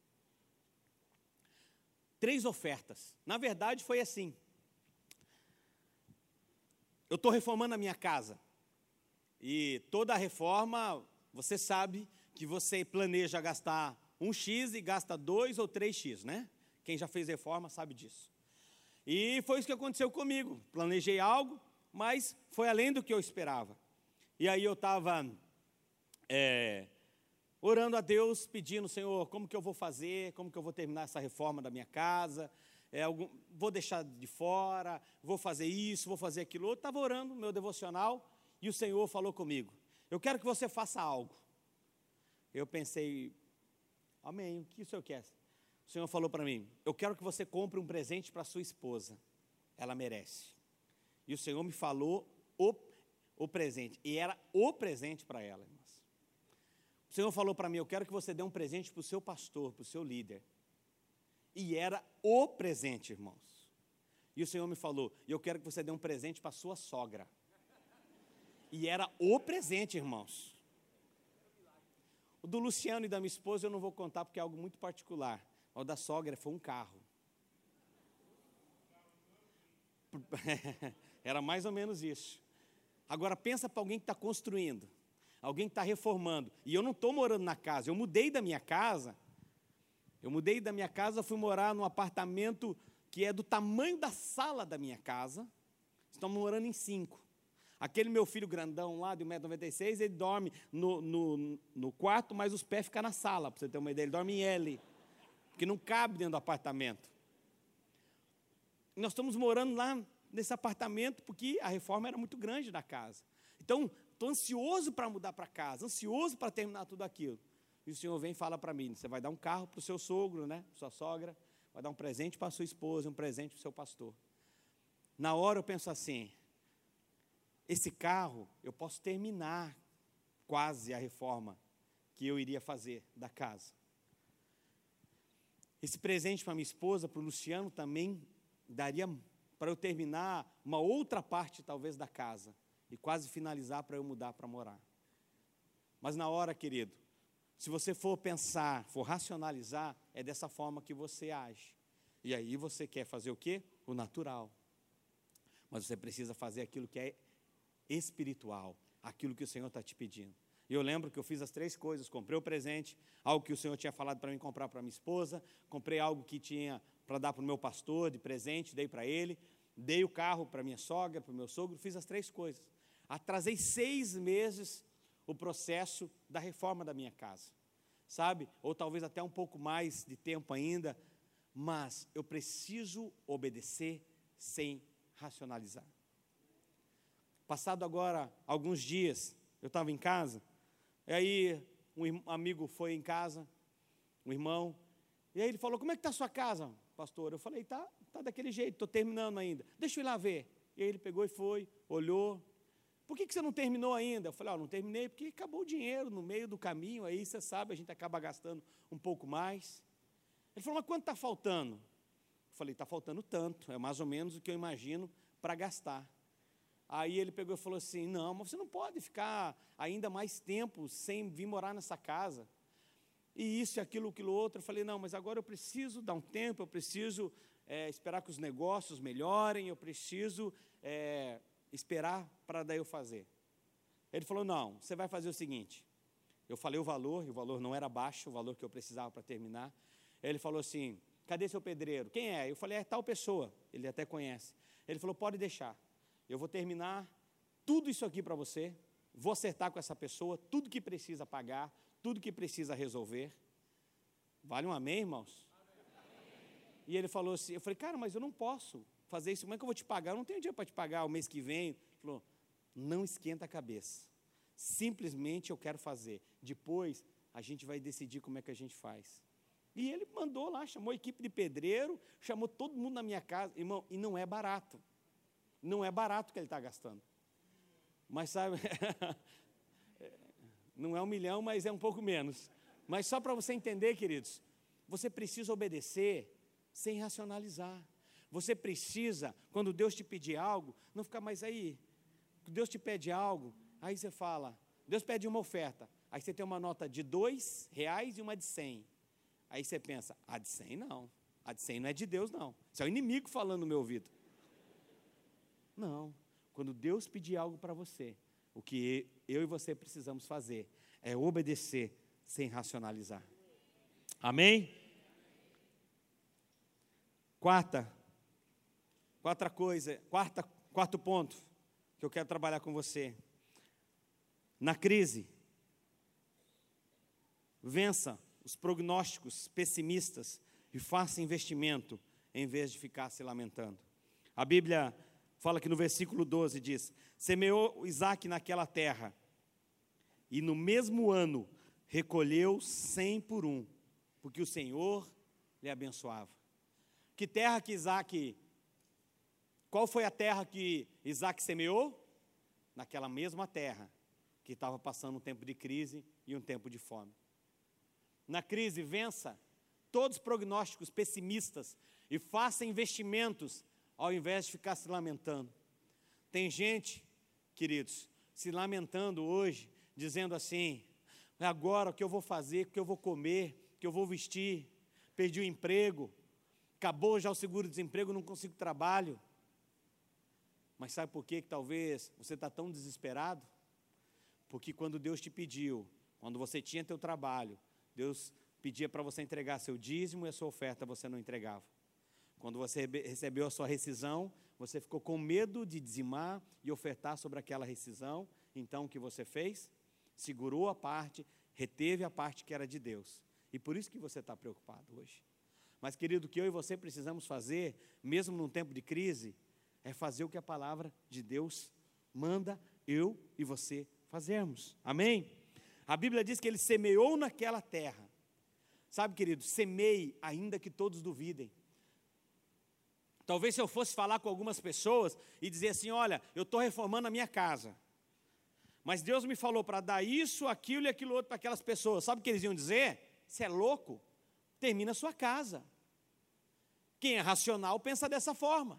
3 ofertas. Na verdade foi assim. Eu estou reformando a minha casa. E toda a reforma, você sabe que você planeja gastar 1x e gasta 2 ou 3x, né? Quem já fez reforma sabe disso. E foi isso que aconteceu comigo. Planejei algo, mas foi além do que eu esperava. E aí eu estava orando a Deus, pedindo, Senhor, como que eu vou fazer, como que eu vou terminar essa reforma da minha casa, vou deixar de fora, vou fazer isso, vou fazer aquilo outro. Estava orando no meu devocional e o Senhor falou comigo, eu quero que você faça algo. Eu pensei, amém, o que o Senhor quer? O Senhor falou para mim, eu quero que você compre um presente para sua esposa, ela merece. E o Senhor me falou o presente, e era o presente para ela, irmãos. O Senhor falou para mim, eu quero que você dê um presente para o seu pastor, para o seu líder. E era o presente, irmãos. E o Senhor me falou, eu quero que você dê um presente para a sua sogra. E era o presente, irmãos. O do Luciano e da minha esposa eu não vou contar porque é algo muito particular. O da sogra foi um carro. Era mais ou menos isso. Agora pensa para alguém que está construindo, alguém que está reformando. E eu não estou morando na casa, eu mudei da minha casa. Fui morar num apartamento que é do tamanho da sala da minha casa. Estamos morando em 5. Aquele meu filho grandão lá, de 1,96 m, ele dorme no quarto, mas os pés ficam na sala, para você ter uma ideia. Ele dorme em L, porque não cabe dentro do apartamento. Nós estamos morando lá nesse apartamento, porque a reforma era muito grande da casa. Então, estou ansioso para mudar para casa, ansioso para terminar tudo aquilo. E o Senhor vem e fala para mim, você vai dar um carro para o seu sogro, né? Sua sogra, vai dar um presente para a sua esposa, um presente para o seu pastor. Na hora eu penso assim, esse carro eu posso terminar quase a reforma que eu iria fazer da casa. Esse presente para minha esposa, para o Luciano, também daria para eu terminar uma outra parte talvez da casa e quase finalizar para eu mudar para morar. Mas na hora, querido, se você for pensar, for racionalizar, é dessa forma que você age. E aí você quer fazer o quê? O natural. Mas você precisa fazer aquilo que é espiritual, aquilo que o Senhor está te pedindo. E eu lembro que eu fiz as 3 coisas, comprei o presente, algo que o Senhor tinha falado para mim comprar para minha esposa, comprei algo que tinha para dar para o meu pastor de presente, dei para ele, dei o carro para minha sogra, para o meu sogro, fiz as 3 coisas. Atrasei 6 meses o processo da reforma da minha casa, sabe? Ou talvez até um pouco mais de tempo ainda, mas eu preciso obedecer sem racionalizar. Passado agora alguns dias, eu estava em casa, e aí um amigo foi em casa, um irmão, e aí ele falou, como é que está a sua casa, pastor? Eu falei, tá daquele jeito, estou terminando ainda, deixa eu ir lá ver. E aí ele pegou e foi, olhou, por que você não terminou ainda? Eu falei, não terminei porque acabou o dinheiro no meio do caminho, aí você sabe, a gente acaba gastando um pouco mais. Ele falou, mas quanto está faltando? Eu falei, está faltando tanto, é mais ou menos o que eu imagino para gastar. Aí ele pegou e falou assim, não, mas você não pode ficar ainda mais tempo sem vir morar nessa casa. E isso, aquilo outro. Eu falei, não, mas agora eu preciso dar um tempo, eu preciso esperar que os negócios melhorem, eu preciso esperar para daí eu fazer. Ele falou, não, você vai fazer o seguinte. Eu falei o valor, e o valor não era baixo, o valor que eu precisava para terminar. Ele falou assim, cadê seu pedreiro? Quem é? Eu falei, é tal pessoa, ele até conhece. Ele falou, pode deixar, eu vou terminar tudo isso aqui para você, vou acertar com essa pessoa, tudo que precisa pagar, tudo que precisa resolver. Vale um amém, irmãos? Amém. E ele falou assim, eu falei, cara, mas eu não posso fazer isso, como é que eu vou te pagar? Eu não tenho dinheiro para te pagar o mês que vem. Ele falou, não esquenta a cabeça, simplesmente eu quero fazer, depois a gente vai decidir como é que a gente faz. E ele mandou lá, chamou a equipe de pedreiro, chamou todo mundo na minha casa, irmão, e não é barato. Não é barato que ele está gastando. Mas sabe, não é 1 milhão, mas é um pouco menos. Mas só para você entender, queridos, você precisa obedecer sem racionalizar. Você precisa, quando Deus te pedir algo, não ficar mais aí. Deus te pede algo, aí você fala, Deus pede uma oferta, aí você tem uma nota de R$2 e uma de 100. Aí você pensa, a de 100 não, a de 100 não é de Deus não, isso é o inimigo falando no meu ouvido. Não, quando Deus pedir algo para você, o que eu e você precisamos fazer é obedecer sem racionalizar. Amém? Quarto ponto que eu quero trabalhar com você. Na crise, vença os prognósticos pessimistas e faça investimento em vez de ficar se lamentando. A Bíblia fala que no versículo 12 diz, semeou Isaac naquela terra e no mesmo ano recolheu 100 por 1, porque o Senhor lhe abençoava. Que terra que Isaac, qual foi a terra que Isaac semeou? Naquela mesma terra que estava passando um tempo de crise e um tempo de fome. Na crise, vença todos os prognósticos pessimistas e faça investimentos ao invés de ficar se lamentando. Tem gente, queridos, se lamentando hoje, dizendo assim, agora o que eu vou fazer, o que eu vou comer, o que eu vou vestir, perdi o emprego, acabou já o seguro-desemprego, não consigo trabalho. Mas sabe por que talvez você está tão desesperado? Porque quando Deus te pediu, quando você tinha teu trabalho, Deus pedia para você entregar seu dízimo e a sua oferta você não entregava. Quando você recebeu a sua rescisão, você ficou com medo de dizimar e ofertar sobre aquela rescisão. Então o que você fez? Segurou a parte, reteve a parte que era de Deus. E por isso que você está preocupado hoje. Mas querido, o que eu e você precisamos fazer, mesmo num tempo de crise, é fazer o que a palavra de Deus manda eu e você fazermos. Amém? A Bíblia diz que ele semeou naquela terra. Sabe, querido, semeie ainda que todos duvidem. Talvez se eu fosse falar com algumas pessoas e dizer assim, olha, eu estou reformando a minha casa, mas Deus me falou para dar isso, aquilo e aquilo outro para aquelas pessoas. Sabe o que eles iam dizer? Você é louco? Termina a sua casa. Quem é racional pensa dessa forma.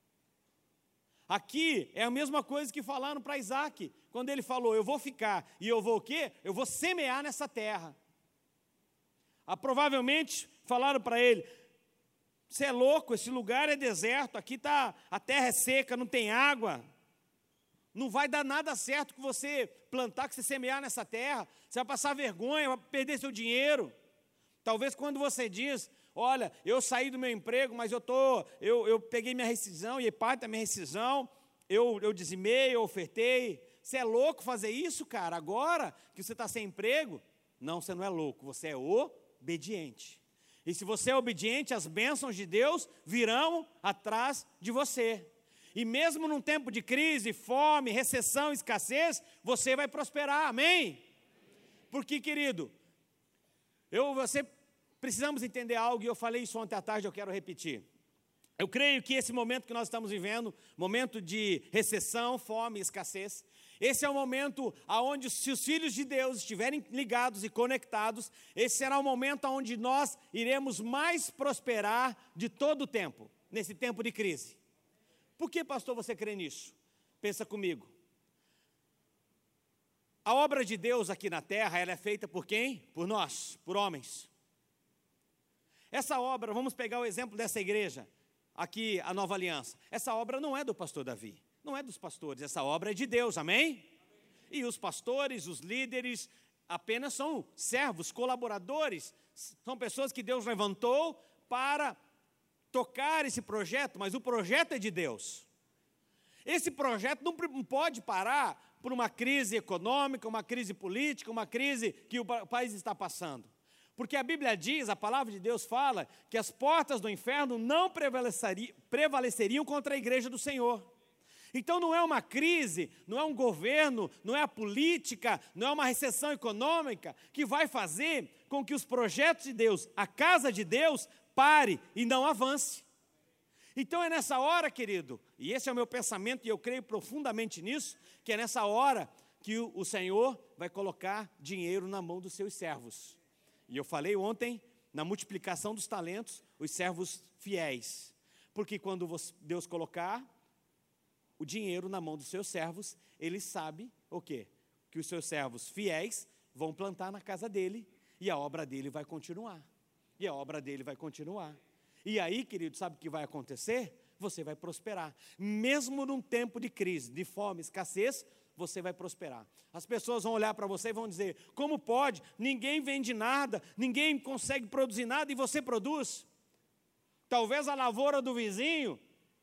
Aqui é a mesma coisa que falaram para Isaac, quando ele falou, eu vou ficar e eu vou o quê? Eu vou semear nessa terra. Provavelmente falaram para ele, você é louco, esse lugar é deserto, aqui a terra é seca, não tem água, não vai dar nada certo que você plantar, que você semear nessa terra, você vai passar vergonha, vai perder seu dinheiro. Talvez quando você diz, olha, eu saí do meu emprego, mas eu peguei minha rescisão, e parte da minha rescisão, eu dizimei, eu ofertei. Você é louco fazer isso, cara, agora que você está sem emprego? Não, você não é louco, você é obediente. E se você é obediente, as bênçãos de Deus virão atrás de você. E mesmo num tempo de crise, fome, recessão, escassez, você vai prosperar, amém? Porque, querido, você precisamos entender algo, e eu falei isso ontem à tarde, eu quero repetir. Eu creio que esse momento que nós estamos vivendo, momento de recessão, fome, escassez, esse é o momento onde, se os filhos de Deus estiverem ligados e conectados, esse será o momento onde nós iremos mais prosperar de todo o tempo, nesse tempo de crise. Por que, pastor, você crê nisso? Pensa comigo. A obra de Deus aqui na terra, ela é feita por quem? Por nós, por homens. Essa obra, vamos pegar o exemplo dessa igreja, aqui, a Nova Aliança. Essa obra não é do pastor Davi, não é dos pastores, essa obra é de Deus, amém? E os pastores, os líderes, apenas são servos, colaboradores, são pessoas que Deus levantou para tocar esse projeto, mas o projeto é de Deus. Esse projeto não pode parar por uma crise econômica, uma crise política, uma crise que o país está passando. Porque a Bíblia diz, a palavra de Deus fala, que as portas do inferno não prevaleceriam contra a igreja do Senhor. Então não é uma crise, não é um governo, não é a política, não é uma recessão econômica que vai fazer com que os projetos de Deus, a casa de Deus, pare e não avance. Então é nessa hora, querido, e esse é o meu pensamento e eu creio profundamente nisso, que é nessa hora que o Senhor vai colocar dinheiro na mão dos seus servos. E eu falei ontem, na multiplicação dos talentos, os servos fiéis. Porque quando Deus colocar o dinheiro na mão dos seus servos, Ele sabe o quê? Que os seus servos fiéis vão plantar na casa dele e a obra dele vai continuar. E a obra dele vai continuar. E aí, querido, sabe o que vai acontecer? Você vai prosperar. Mesmo num tempo de crise, de fome, escassez, você vai prosperar. As pessoas vão olhar para você e vão dizer, como pode? Ninguém vende nada, ninguém consegue produzir nada e você produz. Talvez a lavoura do vizinho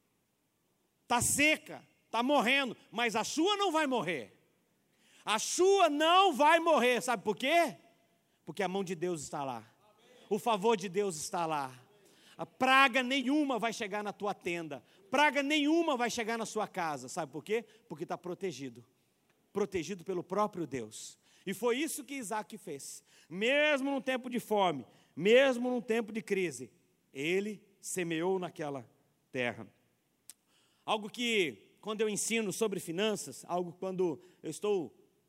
está seca, está morrendo, mas a sua não vai morrer. A sua não vai morrer, sabe por quê? Porque a mão de Deus está lá. O favor de Deus está lá. A praga nenhuma vai chegar na tua tenda. Praga nenhuma vai chegar na sua casa. Sabe por quê? Porque está protegido. Protegido pelo próprio Deus. E foi isso que Isaac fez. Mesmo num tempo de fome, mesmo num tempo de crise, ele semeou naquela terra. Algo que, quando eu ensino sobre finanças, algo quando eu estou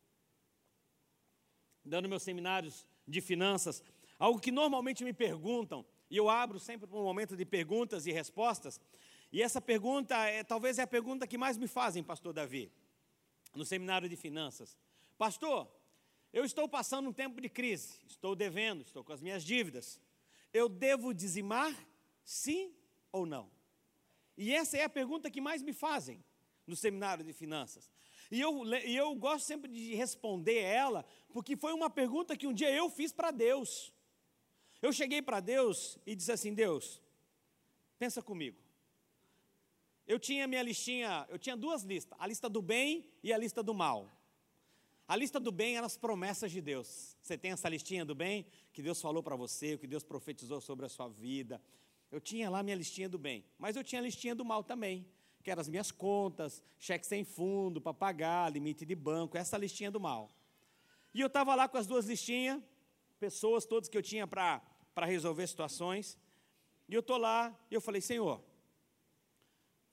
dando meus seminários de finanças, algo que normalmente me perguntam, e eu abro sempre para um momento de perguntas e respostas, e essa pergunta talvez é a pergunta que mais me fazem, pastor Davi, no seminário de finanças. Pastor, eu estou passando um tempo de crise, estou devendo, estou com as minhas dívidas, eu devo dizimar, sim ou não? E essa é a pergunta que mais me fazem no seminário de finanças. E eu gosto sempre de responder ela, porque foi uma pergunta que um dia eu fiz para Deus. Eu cheguei para Deus e disse assim, Deus, pensa comigo. Eu tinha minha listinha, eu tinha duas listas, a lista do bem e a lista do mal. A lista do bem eram as promessas de Deus. Você tem essa listinha do bem, que Deus falou para você, o que Deus profetizou sobre a sua vida. Eu tinha lá minha listinha do bem, mas eu tinha a listinha do mal também, que eram as minhas contas, cheque sem fundo para pagar, limite de banco, essa listinha do mal. E eu estava lá com as duas listinhas, pessoas todas que eu tinha para resolver situações, e eu estou lá, e eu falei, Senhor,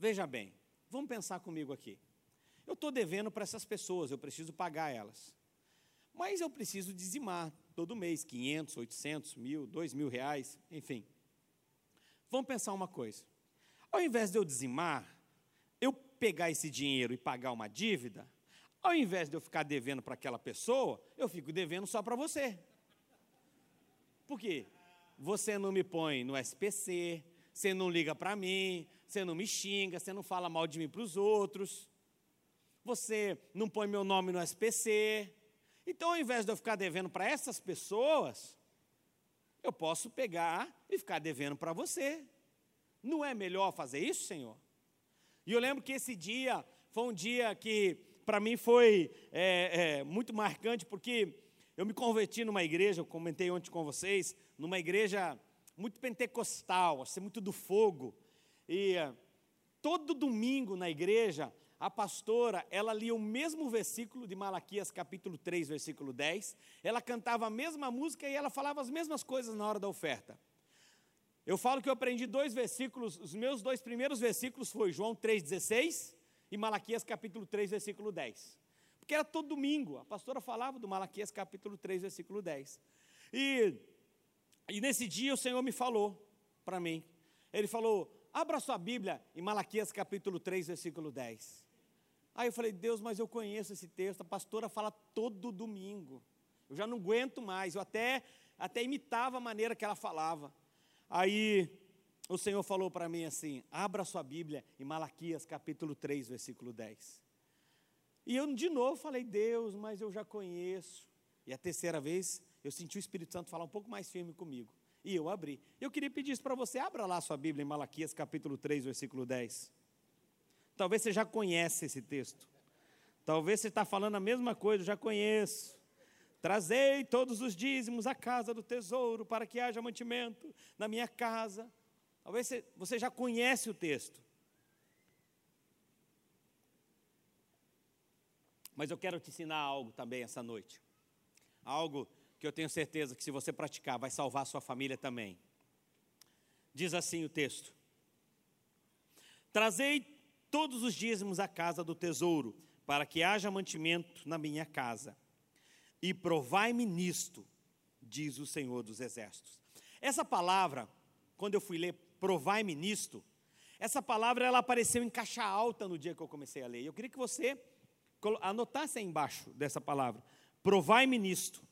veja bem, vamos pensar comigo aqui. Eu estou devendo para essas pessoas, eu preciso pagar elas. Mas eu preciso dizimar todo mês, 500, 800, 1.000, 2.000 reais, enfim. Vamos pensar uma coisa. Ao invés de eu dizimar, eu pegar esse dinheiro e pagar uma dívida, ao invés de eu ficar devendo para aquela pessoa, eu fico devendo só para você. Por quê? Você não me põe no SPC, você não liga para mim, você não me xinga, você não fala mal de mim para os outros, você não põe meu nome no SPC. Então, ao invés de eu ficar devendo para essas pessoas, eu posso pegar e ficar devendo para você. Não é melhor fazer isso, Senhor? E eu lembro que esse dia foi um dia que, para mim, foi muito marcante, porque eu me converti numa igreja, eu comentei ontem com vocês, numa igreja muito pentecostal, assim, muito do fogo. E todo domingo na igreja, a pastora, ela lia o mesmo versículo de Malaquias, capítulo 3, versículo 10. Ela cantava a mesma música e ela falava as mesmas coisas na hora da oferta. Eu falo que eu aprendi 2 versículos, os meus 2 primeiros versículos foi João 3,16 e Malaquias, capítulo 3, versículo 10. Porque era todo domingo, a pastora falava do Malaquias, capítulo 3, versículo 10. E nesse dia o Senhor me falou para mim. Ele falou, abra sua Bíblia em Malaquias, capítulo 3, versículo 10. Aí eu falei, Deus, mas eu conheço esse texto, a pastora fala todo domingo. Eu já não aguento mais, eu até imitava a maneira que ela falava. Aí o Senhor falou para mim assim, abra sua Bíblia em Malaquias, capítulo 3, versículo 10. E eu de novo falei, Deus, mas eu já conheço. E a terceira vez, eu senti o Espírito Santo falar um pouco mais firme comigo. E eu abri. Eu queria pedir isso para você, abra lá sua Bíblia em Malaquias, capítulo 3, versículo 10. Talvez você já conhece esse texto. Talvez você está falando a mesma coisa, eu já conheço. Trazei todos os dízimos à casa do tesouro, para que haja mantimento na minha casa. Talvez você já conhece o texto. Mas eu quero te ensinar algo também essa noite. Algo que eu tenho certeza que se você praticar, vai salvar a sua família também. Diz assim o texto. Trazei todos os dízimos à casa do tesouro, para que haja mantimento na minha casa. E provai-me nisto, diz o Senhor dos Exércitos. Essa palavra, quando eu fui ler, provai-me nisto, essa palavra ela apareceu em caixa alta no dia que eu comecei a ler. Eu queria que você anotasse aí embaixo dessa palavra, provai-me nisto.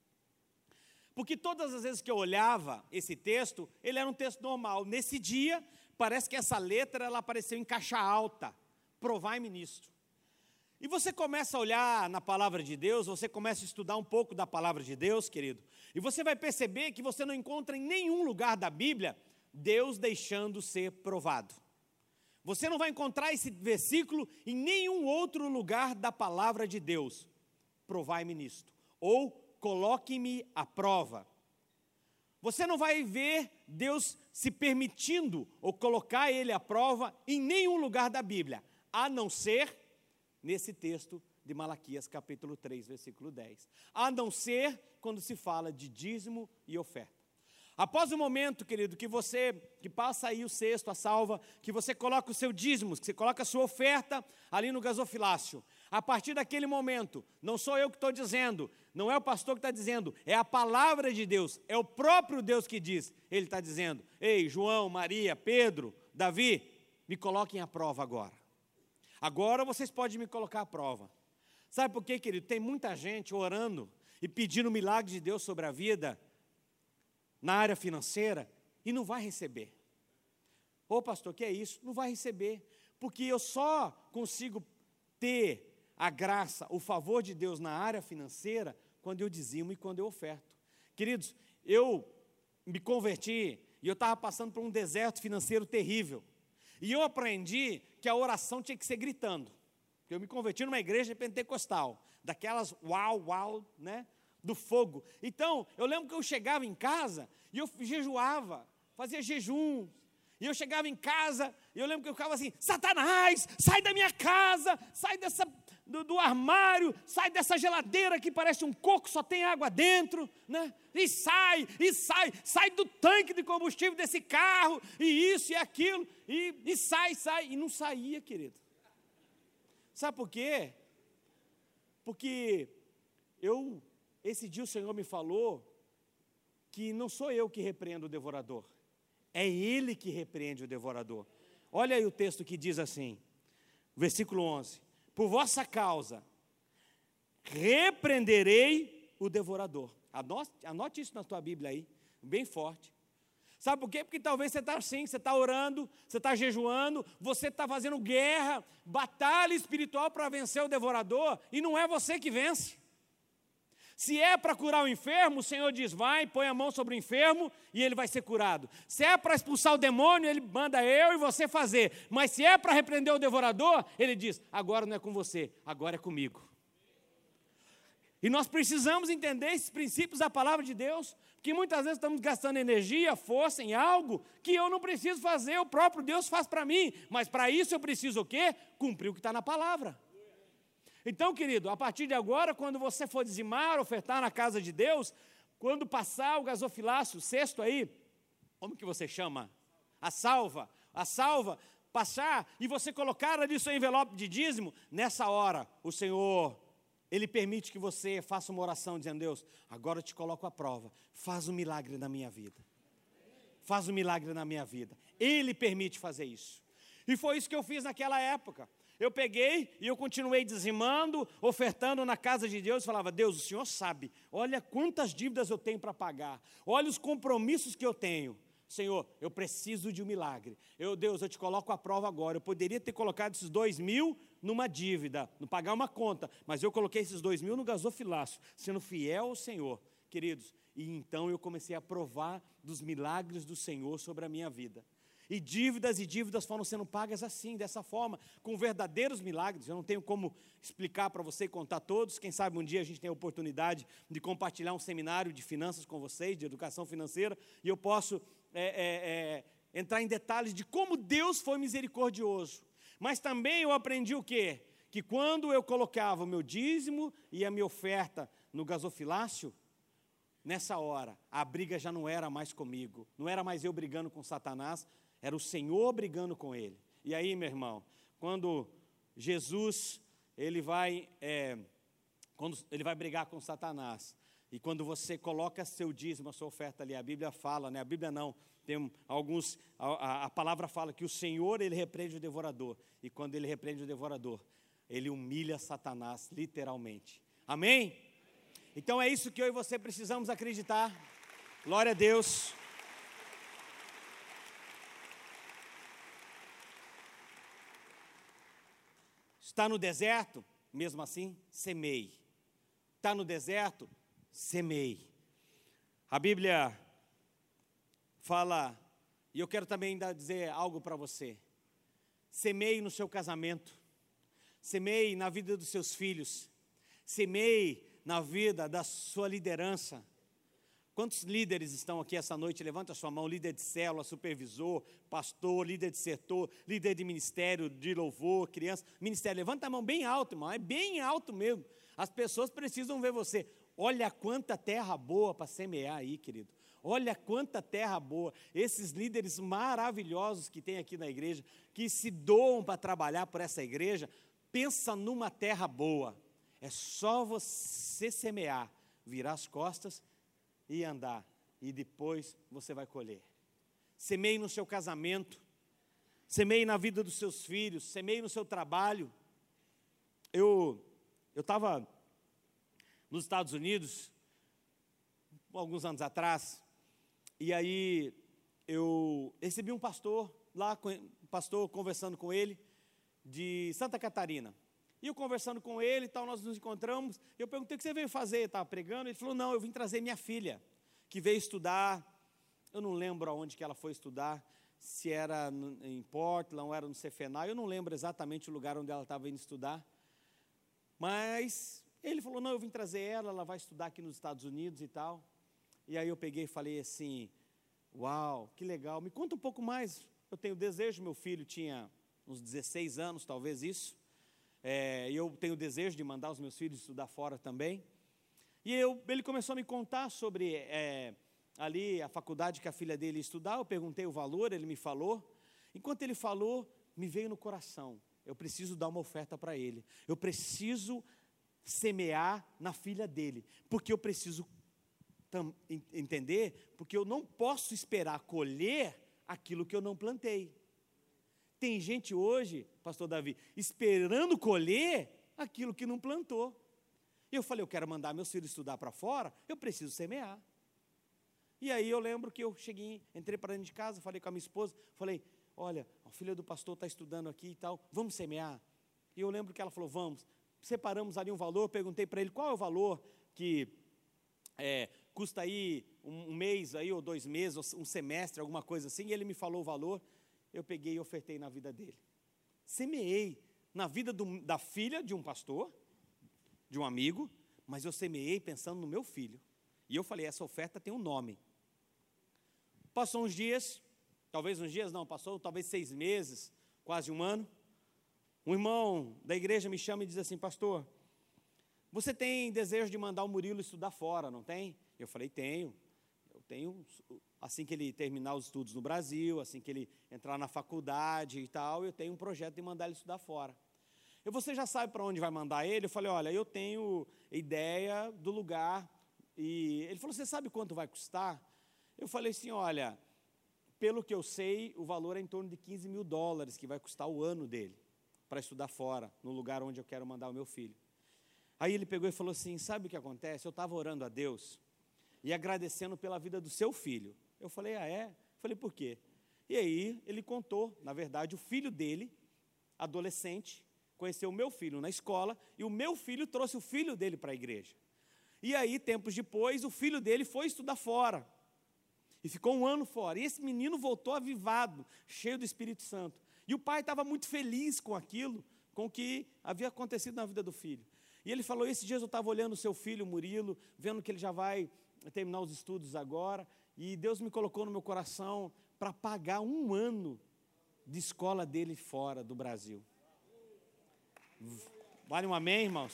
Porque todas as vezes que eu olhava esse texto, ele era um texto normal. Nesse dia, parece que essa letra ela apareceu em caixa alta, provai-me nisto. E você começa a olhar na palavra de Deus, você começa a estudar um pouco da palavra de Deus, querido, e você vai perceber que você não encontra em nenhum lugar da Bíblia Deus deixando ser provado. Você não vai encontrar esse versículo em nenhum outro lugar da palavra de Deus. Provai-me nisto. Ou coloque-me à prova. Você não vai ver Deus se permitindo ou colocar ele à prova em nenhum lugar da Bíblia, a não ser nesse texto de Malaquias, capítulo 3, versículo 10. A não ser quando se fala de dízimo e oferta. Após o momento, querido, que passa aí o cesto, a salva, que você coloca o seu dízimo, que você coloca a sua oferta ali no gasofilácio. A partir daquele momento, não sou eu que estou dizendo, não é o pastor que está dizendo, é a palavra de Deus, é o próprio Deus que diz. Ele está dizendo, ei, João, Maria, Pedro, Davi, me coloquem à prova agora. Agora vocês podem me colocar à prova. Sabe por quê, querido? Tem muita gente orando e pedindo o milagre de Deus sobre a vida, na área financeira, e não vai receber. Ô pastor, que é isso? Não vai receber, porque eu só consigo ter a graça, o favor de Deus na área financeira, quando eu dizimo e quando eu oferto. Queridos, eu me converti, e eu estava passando por um deserto financeiro terrível, e eu aprendi que a oração tinha que ser gritando. Eu me converti numa igreja pentecostal, daquelas uau, né? Do fogo. Então, eu lembro que eu chegava em casa e eu jejuava, fazia jejum. E eu chegava em casa e eu lembro que eu ficava assim, Satanás, sai da minha casa, sai do armário, sai dessa geladeira que parece um coco, só tem água dentro, né? E sai do tanque de combustível desse carro, e isso e aquilo, e sai, e não saía, querido. Sabe por quê? Porque esse dia o Senhor me falou que não sou eu que repreendo o devorador, é Ele que repreende o devorador. Olha aí o texto que diz assim, versículo 11: por vossa causa repreenderei o devorador. Anote isso na tua Bíblia aí, bem forte. Sabe por quê? Porque talvez você está assim, você está orando, você está jejuando, você está fazendo guerra, batalha espiritual para vencer o devorador, e não é você que vence. Se é para curar o enfermo, o Senhor diz, vai, põe a mão sobre o enfermo e ele vai ser curado. Se é para expulsar o demônio, ele manda eu e você fazer. Mas se é para repreender o devorador, ele diz, agora não é com você, agora é comigo. E nós precisamos entender esses princípios da palavra de Deus, porque muitas vezes estamos gastando energia, força em algo que eu não preciso fazer, o próprio Deus faz para mim. Mas para isso eu preciso o quê? Cumprir o que está na palavra. Então, querido, a partir de agora, quando você for dizimar, ofertar na casa de Deus, quando passar o gasofilácio, o cesto aí, como que você chama? A salva, passar, e você colocar ali seu envelope de dízimo, nessa hora, o Senhor, Ele permite que você faça uma oração, dizendo, Deus, agora eu te coloco à prova, faz um milagre na minha vida. Faz um milagre na minha vida. Ele permite fazer isso. E foi isso que eu fiz naquela época. Eu peguei e eu continuei dizimando, ofertando na casa de Deus, falava, Deus, o Senhor sabe, olha quantas dívidas eu tenho para pagar, olha os compromissos que eu tenho. Senhor, eu preciso de um milagre. Deus, eu te coloco à prova agora. Eu poderia ter colocado esses 2.000 numa dívida, não pagar uma conta, mas eu coloquei esses 2.000 no gasofilácio, sendo fiel ao Senhor, queridos. E então eu comecei a provar dos milagres do Senhor sobre a minha vida. E dívidas foram sendo pagas assim, dessa forma, com verdadeiros milagres. Eu não tenho como explicar para você e contar todos. Quem sabe um dia a gente tem a oportunidade de compartilhar um seminário de finanças com vocês, de educação financeira, e eu posso entrar em detalhes de como Deus foi misericordioso. Mas também eu aprendi o quê? Que quando eu colocava o meu dízimo e a minha oferta no gasofilácio, nessa hora, a briga já não era mais comigo, não era mais eu brigando com Satanás, era o Senhor brigando com ele. E aí, meu irmão, quando Jesus, ele vai brigar com Satanás, e quando você coloca seu dízimo, a sua oferta ali, a Bíblia fala, né? A Bíblia não, tem alguns, a palavra fala que o Senhor, ele repreende o devorador, e quando ele repreende o devorador, ele humilha Satanás, literalmente. Amém? Então é isso que eu e você precisamos acreditar. Glória a Deus. Está no deserto? Mesmo assim, semeie. Está no deserto? Semeie. A Bíblia fala, e eu quero também dizer algo para você. Semeie no seu casamento. Semeie na vida dos seus filhos. Semeie na vida da sua liderança. Quantos líderes estão aqui essa noite? Levanta a sua mão, líder de célula, supervisor, pastor, líder de setor, líder de ministério, de louvor, criança, ministério. Levanta a mão bem alto, irmão, é bem alto mesmo. As pessoas precisam ver você. Olha quanta terra boa para semear aí, querido. Olha quanta terra boa. Esses líderes maravilhosos que tem aqui na igreja, que se doam para trabalhar por essa igreja, pensa numa terra boa. É só você semear, virar as costas e andar, e depois você vai colher. Semeie no seu casamento, semeie na vida dos seus filhos, semeie no seu trabalho. Eu estava nos Estados Unidos, alguns anos atrás, e aí eu recebi um pastor lá, conversando com ele, de Santa Catarina. E eu conversando com ele e tal, nós nos encontramos, eu perguntei o que você veio fazer, estava pregando, ele falou, não, eu vim trazer minha filha, que veio estudar, eu não lembro aonde que ela foi estudar, se era em Portland ou era no Cefenai, eu não lembro exatamente o lugar onde ela estava indo estudar, mas ele falou, não, eu vim trazer ela vai estudar aqui nos Estados Unidos e tal, e aí eu peguei e falei assim, uau, que legal, me conta um pouco mais, eu tenho desejo, meu filho tinha uns 16 anos, talvez isso, eu tenho o desejo de mandar os meus filhos estudar fora também. E ele começou a me contar sobre ali a faculdade que a filha dele ia estudar. Eu perguntei o valor, ele me falou. Enquanto ele falou, me veio no coração: eu preciso dar uma oferta para ele, eu preciso semear na filha dele, porque eu preciso entender, porque eu não posso esperar colher aquilo que eu não plantei. Tem gente hoje, pastor Davi, esperando colher aquilo que não plantou. E eu falei: eu quero mandar meus filhos estudar para fora, eu preciso semear. E aí eu lembro que eu cheguei, entrei para dentro de casa, falei com a minha esposa, falei: olha, a filha do pastor está estudando aqui e tal, vamos semear? E eu lembro que ela falou: vamos. Separamos ali um valor, perguntei para ele qual é o valor que custa aí um mês aí, ou 2 meses, ou um semestre, alguma coisa assim, e ele me falou o valor. Eu peguei e ofertei na vida dele. Semeei na vida da filha de um pastor, de um amigo, mas eu semeei pensando no meu filho. E eu falei: essa oferta tem um nome. Passou uns dias, talvez uns dias não, passou talvez 6 meses, quase um ano. Um irmão da igreja me chama e diz assim: pastor, você tem desejo de mandar o Murilo estudar fora, não tem? Eu falei: tenho. Eu tenho, assim que ele terminar os estudos no Brasil, assim que ele entrar na faculdade e tal, eu tenho um projeto de mandar ele estudar fora. Você já sabe para onde vai mandar ele? Eu falei: olha, eu tenho ideia do lugar. E ele falou: você sabe quanto vai custar? Eu falei assim: olha, pelo que eu sei, o valor é em torno de $15 mil que vai custar o ano dele, para estudar fora, no lugar onde eu quero mandar o meu filho. Aí ele pegou e falou assim: sabe o que acontece? Eu estava orando a Deus e agradecendo pela vida do seu filho. Eu falei: ah, é? Eu falei: por quê? E aí ele contou, na verdade, o filho dele, adolescente, conheceu o meu filho na escola, e o meu filho trouxe o filho dele para a igreja. E aí, tempos depois, o filho dele foi estudar fora, e ficou 1 ano fora, e esse menino voltou avivado, cheio do Espírito Santo, e o pai estava muito feliz com aquilo, com o que havia acontecido na vida do filho. E ele falou: esses dias eu estava olhando o seu filho, Murilo, vendo que ele já vai terminar os estudos agora, e Deus me colocou no meu coração para pagar 1 ano de escola dele fora do Brasil. Vale um amém, irmãos?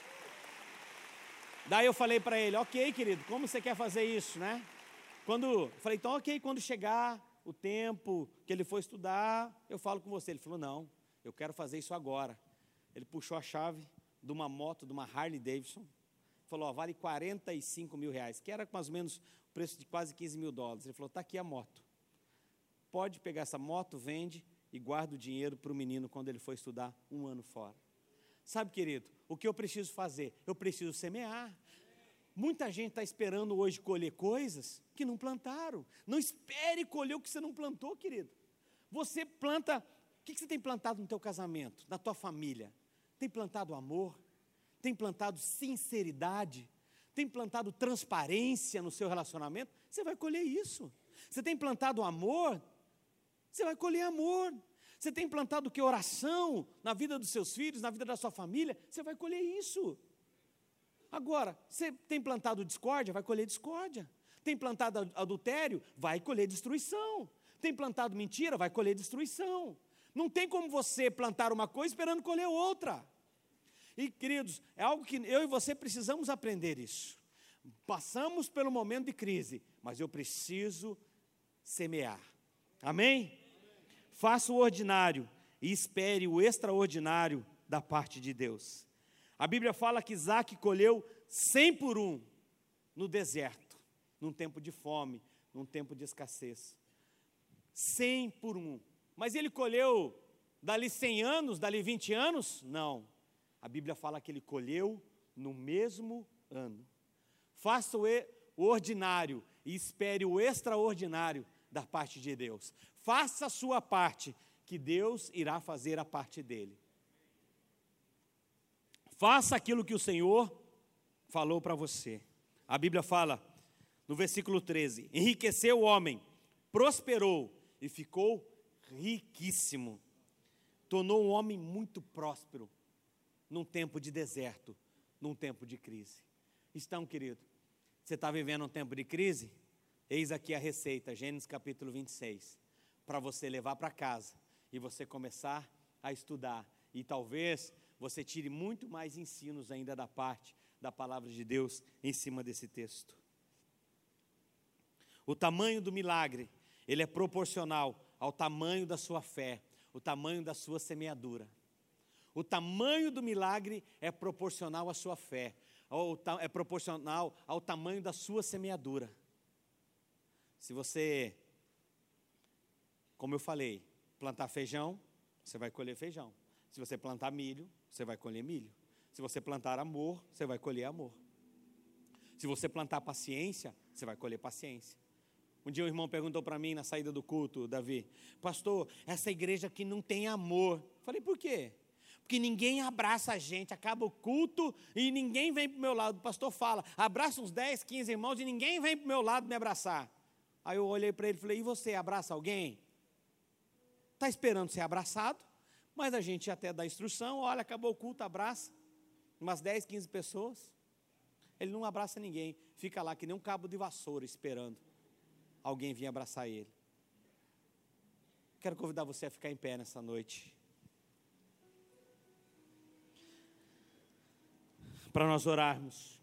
Daí eu falei para ele: ok, querido, como você quer fazer isso, né? Falei: então, ok, quando chegar o tempo que ele for estudar, eu falo com você. Ele falou: não, eu quero fazer isso agora. Ele puxou a chave de uma moto, de uma Harley Davidson, falou: ó, vale $45 mil, que era mais ou menos o preço de quase $15 mil. Ele falou: está aqui a moto, pode pegar essa moto, vende e guarda o dinheiro para o menino quando ele for estudar 1 ano fora. Sabe, querido, o que eu preciso fazer? Eu preciso semear. Muita gente está esperando hoje colher coisas que não plantaram. Não espere colher o que você não plantou, querido. Você planta, o que você tem plantado no teu casamento, na tua família? Tem plantado amor? Tem plantado sinceridade? Tem plantado transparência no seu relacionamento? Você vai colher isso. Você tem plantado amor? Você vai colher amor. Você tem plantado o que? Oração na vida dos seus filhos, na vida da sua família? Você vai colher isso. Agora, você tem plantado discórdia? Vai colher discórdia. Tem plantado adultério? Vai colher destruição. Tem plantado mentira? Vai colher destruição. Não tem como você plantar uma coisa esperando colher outra. E, queridos, é algo que eu e você precisamos aprender isso. Passamos pelo momento de crise, mas eu preciso semear. Amém? Faça o ordinário e espere o extraordinário da parte de Deus. A Bíblia fala que Isaac colheu 100 por 1 no deserto, num tempo de fome, num tempo de escassez. 100 por 1. Mas ele colheu dali 100 anos, dali 20 anos? Não. A Bíblia fala que ele colheu no mesmo ano. Faça o ordinário e espere o extraordinário da parte de Deus. Faça a sua parte, que Deus irá fazer a parte dele. Faça aquilo que o Senhor falou para você. A Bíblia fala, no versículo 13, enriqueceu o homem, prosperou e ficou riquíssimo. Tornou um homem muito próspero, num tempo de deserto, num tempo de crise. Então, querido, você está vivendo um tempo de crise? Eis aqui a receita, Gênesis capítulo 26, para você levar para casa e você começar a estudar. E talvez você tire muito mais ensinos ainda da parte da palavra de Deus em cima desse texto. O tamanho do milagre, ele é proporcional ao tamanho da sua fé, o tamanho da sua semeadura. O tamanho do milagre é proporcional à sua fé, é proporcional ao tamanho da sua semeadura. Se você, como eu falei, plantar feijão, você vai colher feijão. Se você plantar milho, você vai colher milho. Se você plantar amor, você vai colher amor. Se você plantar paciência, você vai colher paciência. Um dia um irmão perguntou para mim na saída do culto, Davi, pastor, essa igreja aqui não tem amor. Falei, por quê? Porque ninguém abraça a gente, acaba o culto e ninguém vem para o meu lado. O pastor fala, abraça uns 10, 15 irmãos e ninguém vem para o meu lado me abraçar. Aí eu olhei para ele e falei, e você, abraça alguém? Está esperando ser abraçado, mas a gente até dá instrução, olha, acabou o culto, abraça. Umas 10, 15 pessoas. Ele não abraça ninguém, fica lá que nem um cabo de vassoura esperando alguém vir abraçar ele. Quero convidar você a ficar em pé nessa noite, para nós orarmos.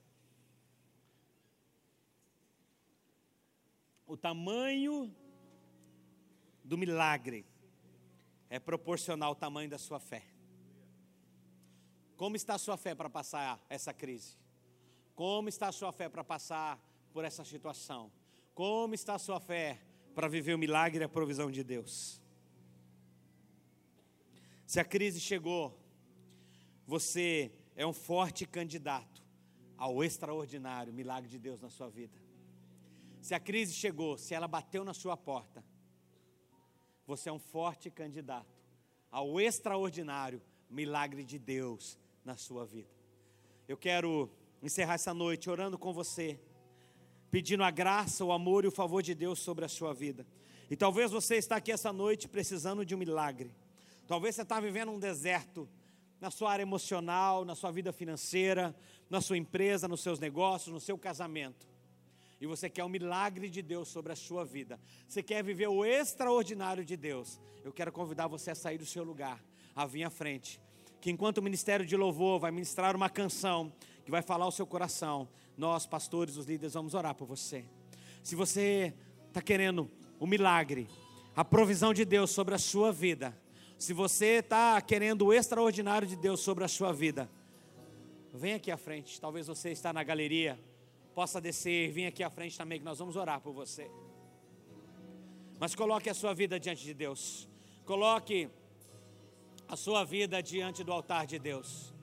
O tamanho do milagre é proporcional ao tamanho da sua fé. Como está a sua fé para passar essa crise? Como está a sua fé para passar por essa situação? Como está a sua fé para viver o milagre e a provisão de Deus? Se a crise chegou, você é um forte candidato ao extraordinário milagre de Deus na sua vida. Se a crise chegou, se ela bateu na sua porta, você é um forte candidato ao extraordinário milagre de Deus na sua vida. Eu quero encerrar essa noite orando com você, pedindo a graça, o amor e o favor de Deus sobre a sua vida. E talvez você está aqui essa noite precisando de um milagre. Talvez você está vivendo um deserto na sua área emocional, na sua vida financeira, na sua empresa, nos seus negócios, no seu casamento. E você quer um milagre de Deus sobre a sua vida. Você quer viver o extraordinário de Deus. Eu quero convidar você a sair do seu lugar, a vir à frente. Que enquanto o Ministério de Louvor vai ministrar uma canção que vai falar ao seu coração, nós, pastores, os líderes, vamos orar por você. Se você está querendo o milagre, a provisão de Deus sobre a sua vida, se você está querendo o extraordinário de Deus sobre a sua vida, vem aqui à frente. Talvez você está na galeria, possa descer, vir aqui à frente também, que nós vamos orar por você. Mas coloque a sua vida diante de Deus. Coloque a sua vida diante do altar de Deus.